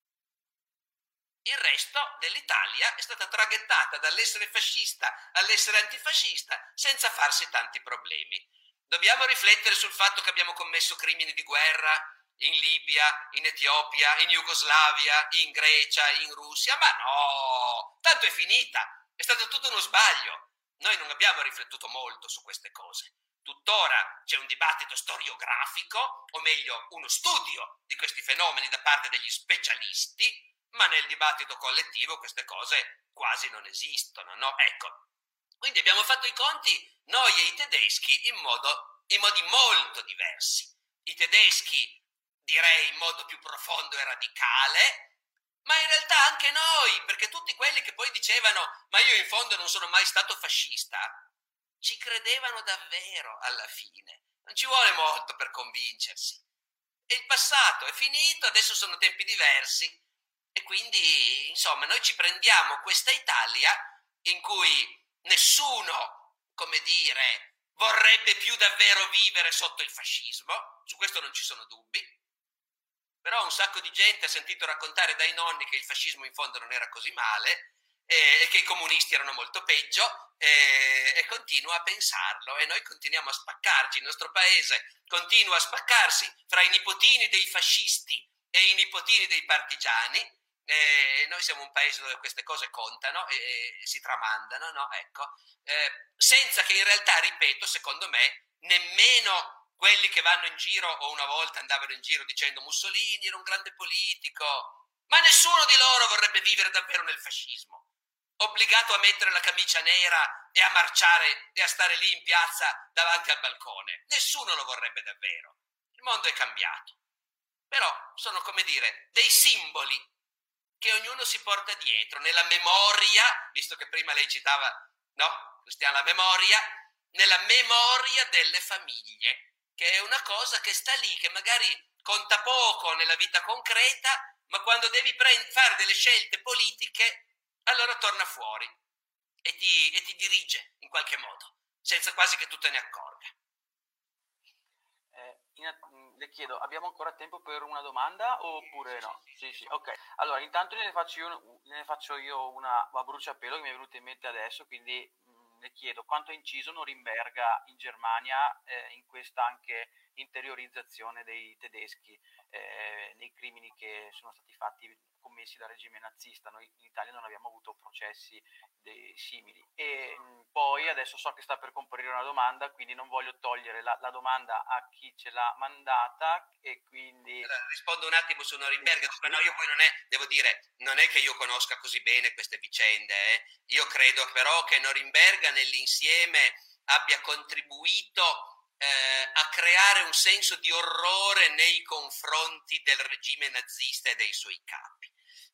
il resto dell'Italia è stata traghettata dall'essere fascista all'essere antifascista senza farsi tanti problemi. Dobbiamo riflettere sul fatto che abbiamo commesso crimini di guerra in Libia, in Etiopia, in Jugoslavia, in Grecia, in Russia, ma no, tanto è finita, è stato tutto uno sbaglio. Noi non abbiamo riflettuto molto su queste cose. Tuttora c'è un dibattito storiografico, o meglio uno studio di questi fenomeni da parte degli specialisti, ma nel dibattito collettivo queste cose quasi non esistono, no? Ecco, quindi abbiamo fatto i conti noi e i tedeschi in modi molto diversi. I tedeschi, direi, in modo più profondo e radicale, ma in realtà anche noi, perché tutti quelli che poi dicevano ma io in fondo non sono mai stato fascista, ci credevano davvero alla fine. Non ci vuole molto per convincersi. E il passato è finito, adesso sono tempi diversi. E quindi, insomma, noi ci prendiamo questa Italia in cui nessuno, come dire, vorrebbe più davvero vivere sotto il fascismo, su questo non ci sono dubbi, però un sacco di gente ha sentito raccontare dai nonni che il fascismo in fondo non era così male e che i comunisti erano molto peggio e continua a pensarlo e noi continuiamo a spaccarci, il nostro paese continua a spaccarsi fra i nipotini dei fascisti e i nipotini dei partigiani. Noi siamo un paese dove queste cose contano e si tramandano, no? Ecco, senza che in realtà, ripeto, secondo me, nemmeno quelli che vanno in giro o una volta andavano in giro dicendo Mussolini era un grande politico, ma nessuno di loro vorrebbe vivere davvero nel fascismo, obbligato a mettere la camicia nera e a marciare e a stare lì in piazza davanti al balcone. Nessuno lo vorrebbe davvero. Il mondo è cambiato. Però sono, come dire, dei simboli che ognuno si porta dietro nella memoria, visto che prima lei citava, no, Cristiana, la memoria, nella memoria delle famiglie, che è una cosa che sta lì, che magari conta poco nella vita concreta, ma quando devi fare delle scelte politiche, allora torna fuori e ti dirige in qualche modo, senza quasi che tu te ne accorga.
Le chiedo, abbiamo ancora tempo per una domanda oppure no? Sì, ok. Allora, intanto ne faccio io una a bruciapelo che mi è venuta in mente adesso, quindi le chiedo quanto ha inciso Norimberga in Germania in questa anche interiorizzazione dei tedeschi nei crimini che sono stati commessi dal regime nazista. Noi in Italia non abbiamo avuto processi simili. E poi adesso so che sta per comparire una domanda, quindi non voglio togliere la domanda a chi ce l'ha mandata e quindi...
Rispondo un attimo su Norimberga, no, io poi non è che io conosca così bene queste vicende, Io credo però che Norimberga nell'insieme abbia contribuito a creare un senso di orrore nei confronti del regime nazista e dei suoi capi.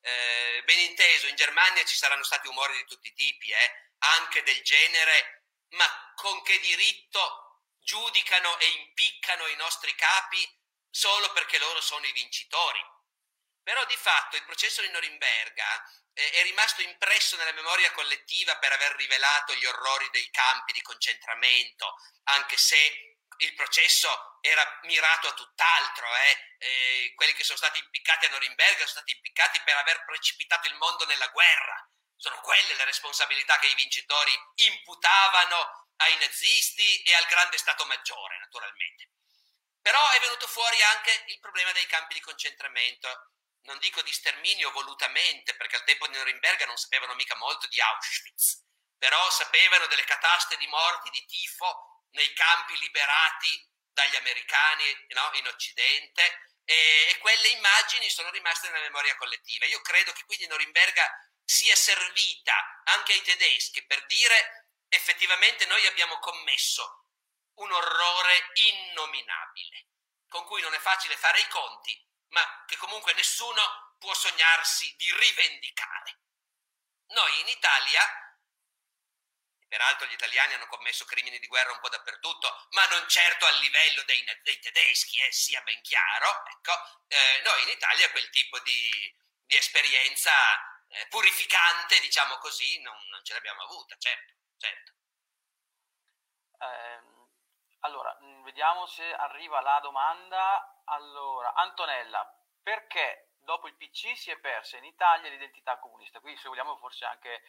Ben inteso, in Germania ci saranno stati umori di tutti i tipi, anche del genere, ma con che diritto giudicano e impiccano i nostri capi solo perché loro sono i vincitori? Però di fatto il processo di Norimberga è rimasto impresso nella memoria collettiva per aver rivelato gli orrori dei campi di concentramento, anche se il processo era mirato a tutt'altro. Quelli che sono stati impiccati a Norimberga sono stati impiccati per aver precipitato il mondo nella guerra. Sono quelle le responsabilità che i vincitori imputavano ai nazisti e al grande Stato Maggiore, naturalmente. Però è venuto fuori anche il problema dei campi di concentramento, non dico di sterminio volutamente, perché al tempo di Norimberga non sapevano mica molto di Auschwitz, però sapevano delle cataste di morti di tifo nei campi liberati dagli americani, no, in Occidente, e quelle immagini sono rimaste nella memoria collettiva. Io credo che quindi Norimberga sia servita anche ai tedeschi per dire effettivamente noi abbiamo commesso un orrore innominabile, con cui non è facile fare i conti, ma che comunque nessuno può sognarsi di rivendicare. Noi in Italia, peraltro gli italiani hanno commesso crimini di guerra un po' dappertutto, ma non certo al livello dei tedeschi, sia ben chiaro, ecco, noi in Italia quel tipo di esperienza purificante, diciamo così, non ce l'abbiamo avuta, certo.
Allora, vediamo se arriva la domanda. Allora, Antonella, perché dopo il PC si è persa in Italia l'identità comunista? Qui, se vogliamo, forse anche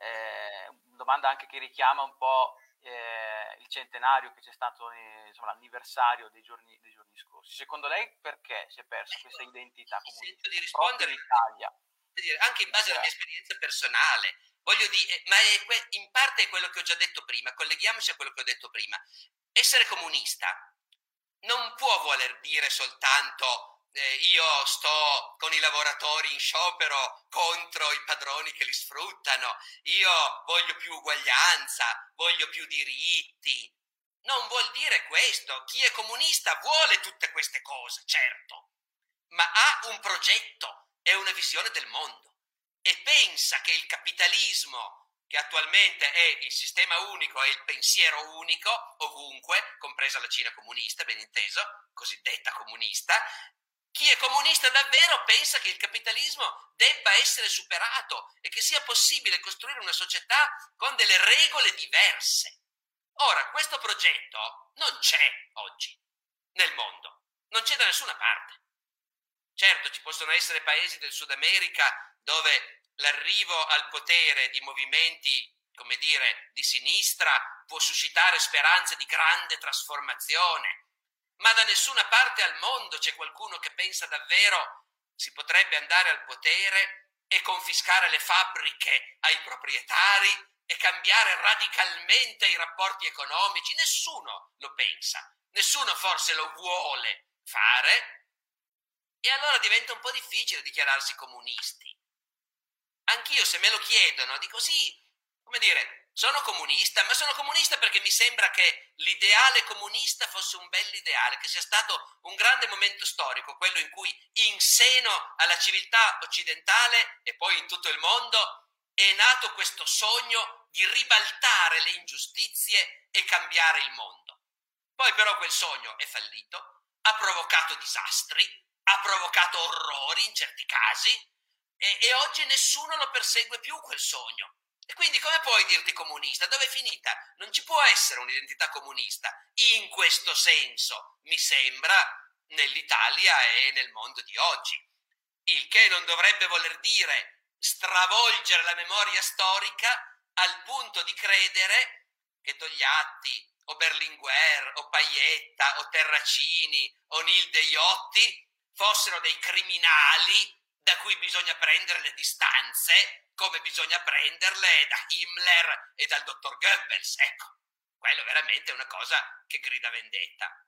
domanda anche che richiama un po' il centenario che c'è stato, insomma, l'anniversario dei giorni scorsi. Secondo lei perché si è persa questa identità comunista?
Sento di rispondere
in Italia.
Anche in base alla mia esperienza personale. Voglio dire, ma in parte è quello che ho già detto prima, colleghiamoci a quello che ho detto prima. Essere comunista non può voler dire soltanto io sto con i lavoratori in sciopero contro i padroni che li sfruttano, io voglio più uguaglianza, voglio più diritti. Non vuol dire questo. Chi è comunista vuole tutte queste cose, certo, ma ha un progetto e una visione del mondo e pensa che il capitalismo, che attualmente è il sistema unico e il pensiero unico ovunque, compresa la Cina comunista, ben inteso, cosiddetta comunista, chi è comunista davvero pensa che il capitalismo debba essere superato e che sia possibile costruire una società con delle regole diverse. Ora, questo progetto non c'è oggi nel mondo, non c'è da nessuna parte. Certo, ci possono essere paesi del Sud America dove l'arrivo al potere di movimenti, come dire, di sinistra può suscitare speranze di grande trasformazione, ma da nessuna parte al mondo c'è qualcuno che pensa davvero si potrebbe andare al potere e confiscare le fabbriche ai proprietari e cambiare radicalmente i rapporti economici. Nessuno lo pensa, nessuno forse lo vuole fare. E allora diventa un po' difficile dichiararsi comunisti. Anch'io, se me lo chiedono, dico sì, come dire, sono comunista, ma sono comunista perché mi sembra che l'ideale comunista fosse un bell'ideale, che sia stato un grande momento storico, quello in cui in seno alla civiltà occidentale e poi in tutto il mondo è nato questo sogno di ribaltare le ingiustizie e cambiare il mondo. Poi però quel sogno è fallito, ha provocato disastri, ha provocato orrori in certi casi e oggi nessuno lo persegue più quel sogno. E quindi come puoi dirti comunista? Dove è finita? Non ci può essere un'identità comunista in questo senso, mi sembra, nell'Italia e nel mondo di oggi. Il che non dovrebbe voler dire stravolgere la memoria storica al punto di credere che Togliatti o Berlinguer o Paietta o Terracini o Nilde Iotti fossero dei criminali da cui bisogna prendere le distanze, come bisogna prenderle da Himmler e dal dottor Goebbels. Ecco, quello veramente è una cosa che grida vendetta.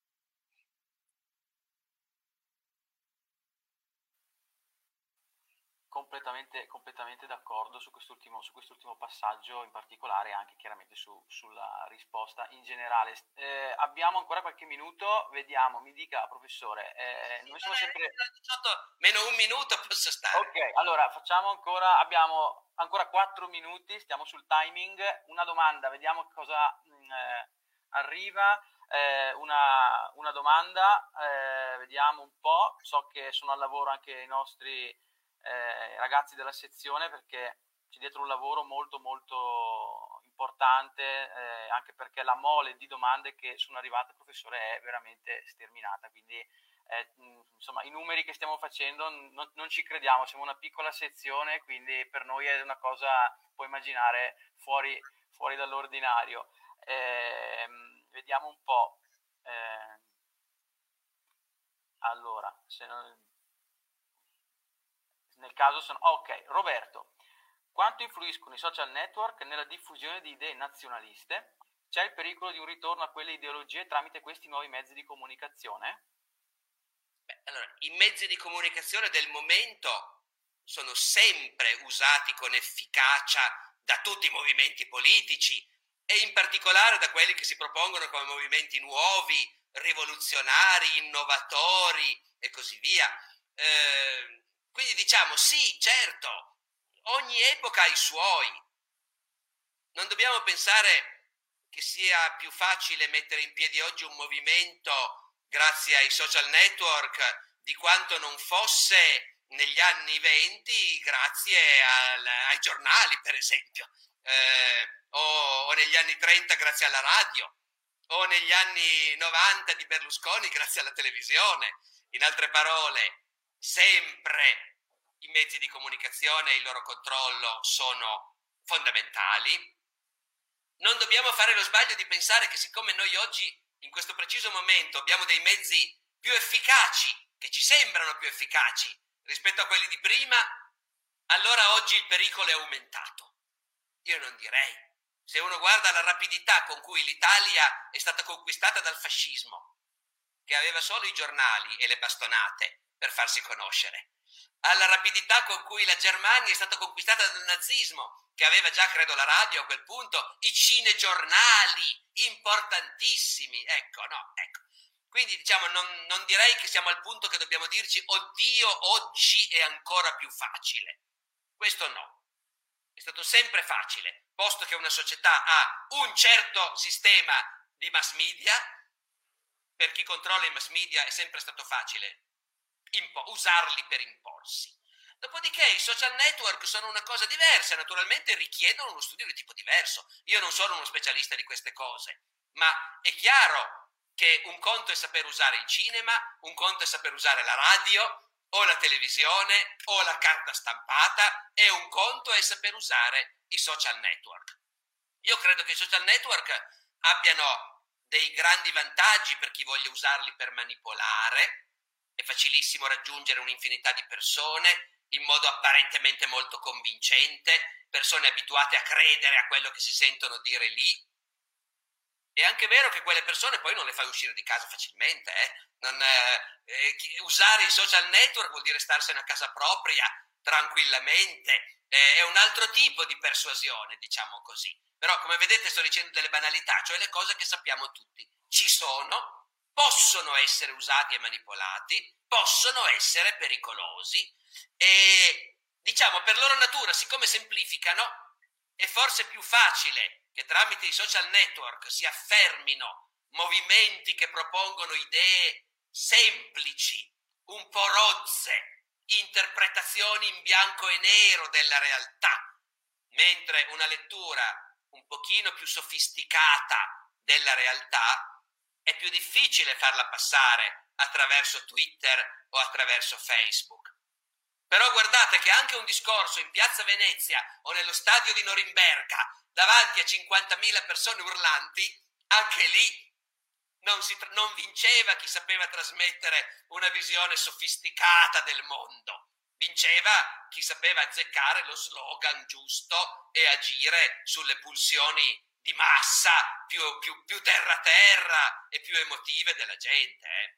Completamente d'accordo su quest'ultimo passaggio, in particolare anche chiaramente sulla risposta in generale. Abbiamo ancora qualche minuto, vediamo, mi dica professore. Noi siamo sempre
18 meno un minuto posso stare.
Ok, allora abbiamo ancora 4 minuti, stiamo sul timing. Una domanda, vediamo cosa arriva. Una domanda, vediamo un po'. So che sono al lavoro anche i nostri ragazzi della sezione, perché c'è dietro un lavoro molto molto importante, anche perché la mole di domande che sono arrivate, professore, è veramente sterminata, quindi insomma i numeri che stiamo facendo non ci crediamo, siamo una piccola sezione, quindi per noi è una cosa, puoi immaginare, fuori dall'ordinario. Vediamo un po'. Allora, nel caso sono... Ok, Roberto, quanto influiscono i social network nella diffusione di idee nazionaliste? C'è il pericolo di un ritorno a quelle ideologie tramite questi nuovi mezzi di comunicazione?
Allora, i mezzi di comunicazione del momento sono sempre usati con efficacia da tutti i movimenti politici e in particolare da quelli che si propongono come movimenti nuovi, rivoluzionari, innovatori e così via. Quindi diciamo sì, certo, ogni epoca ha i suoi. Non dobbiamo pensare che sia più facile mettere in piedi oggi un movimento grazie ai social network di quanto non fosse negli anni 20 grazie ai giornali, per esempio, o negli anni 30 grazie alla radio, o negli anni 90 di Berlusconi grazie alla televisione. In altre parole, sempre i mezzi di comunicazione e il loro controllo sono fondamentali. Non dobbiamo fare lo sbaglio di pensare che siccome noi oggi, in questo preciso momento, abbiamo dei mezzi più efficaci, che ci sembrano più efficaci rispetto a quelli di prima, allora oggi il pericolo è aumentato. Io non direi. Se uno guarda la rapidità con cui l'Italia è stata conquistata dal fascismo, che aveva solo i giornali e le bastonate per farsi conoscere, alla rapidità con cui la Germania è stata conquistata dal nazismo, che aveva già, credo, la radio a quel punto, i cinegiornali importantissimi, ecco. Quindi diciamo non direi che siamo al punto che dobbiamo dirci oddio, oggi è ancora più facile. Questo no. È stato sempre facile, posto che una società ha un certo sistema di mass media, per chi controlla i mass media è sempre stato facile usarli per imporsi. Dopodiché i social network sono una cosa diversa, naturalmente richiedono uno studio di tipo diverso. Io non sono uno specialista di queste cose, ma è chiaro che un conto è saper usare il cinema, un conto è saper usare la radio, o la televisione, o la carta stampata, e un conto è saper usare i social network. Io credo che i social network abbiano dei grandi vantaggi per chi voglia usarli per manipolare. È facilissimo raggiungere un'infinità di persone in modo apparentemente molto convincente, persone abituate a credere a quello che si sentono dire lì. È anche vero che quelle persone poi non le fai uscire di casa facilmente. Usare i social network vuol dire starsene a casa propria, tranquillamente. È un altro tipo di persuasione, diciamo così. Però, come vedete, sto dicendo delle banalità, cioè le cose che sappiamo tutti. Ci sono, possono essere usati e manipolati, possono essere pericolosi e, diciamo, per loro natura, siccome semplificano, è forse più facile che tramite i social network si affermino movimenti che propongono idee semplici, un po' rozze, interpretazioni in bianco e nero della realtà, mentre una lettura un pochino più sofisticata della realtà è più difficile farla passare attraverso Twitter o attraverso Facebook. Però guardate che anche un discorso in Piazza Venezia o nello stadio di Norimberga davanti a 50.000 persone urlanti, anche lì non vinceva chi sapeva trasmettere una visione sofisticata del mondo. Vinceva chi sapeva azzeccare lo slogan giusto e agire sulle pulsioni di massa più terra-terra e più emotive della gente.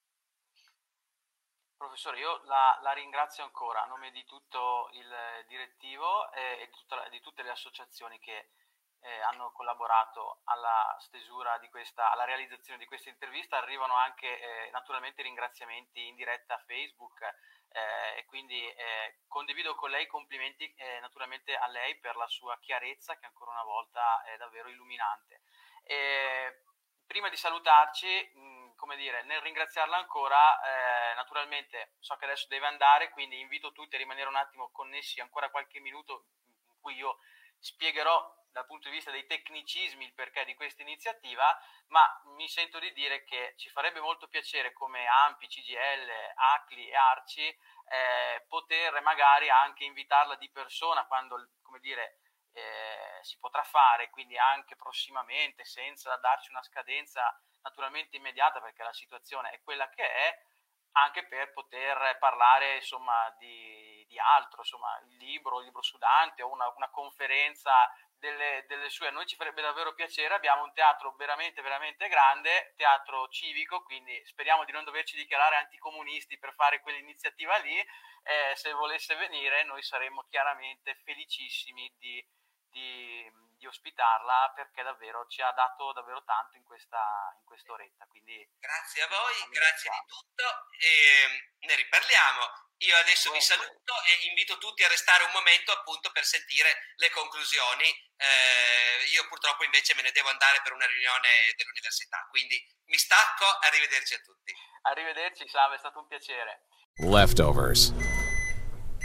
Professore, io la ringrazio ancora a nome di tutto il direttivo e di tutte le associazioni che hanno collaborato alla stesura di alla realizzazione di questa intervista. Arrivano anche naturalmente ringraziamenti in diretta a Facebook e quindi condivido con lei i complimenti naturalmente a lei per la sua chiarezza, che ancora una volta è davvero illuminante. Prima di salutarci, come dire, nel ringraziarla ancora, naturalmente so che adesso deve andare, quindi invito tutti a rimanere un attimo connessi ancora qualche minuto in cui io spiegherò dal punto di vista dei tecnicismi il perché di questa iniziativa, ma mi sento di dire che ci farebbe molto piacere come ANPI, CGIL, ACLI e ARCI poter magari anche invitarla di persona quando, come dire, si potrà fare, quindi anche prossimamente, senza darci una scadenza naturalmente immediata, perché la situazione è quella che è, anche per poter parlare insomma di altro, insomma il libro su Dante o una conferenza delle sue. A noi ci farebbe davvero piacere. Abbiamo un teatro veramente veramente grande, teatro civico, quindi speriamo di non doverci dichiarare anticomunisti per fare quell'iniziativa lì. Se volesse venire noi saremmo chiaramente felicissimi di ospitarla, perché davvero ci ha dato davvero tanto in quest'oretta. Quindi
grazie a voi, grazie di tutto e ne riparliamo. Io adesso vi saluto e invito tutti a restare un momento appunto per sentire le conclusioni. Io purtroppo invece me ne devo andare per una riunione dell'università, quindi mi stacco. Arrivederci a tutti.
Arrivederci Salve, è stato un piacere.
Leftovers.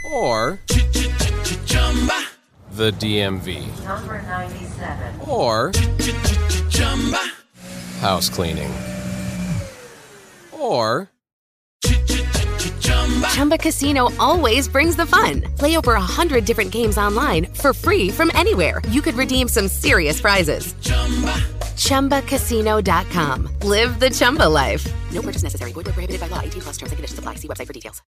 Or the DMV.
Number 97.
Or house cleaning. Or
Chumba Casino always brings the fun. Play over 100 different games online for free from anywhere. You could redeem some serious prizes. ChumbaCasino.com. Live the Chumba life. No purchase necessary. Void where prohibited by law. 18+ terms and conditions apply. See website for details.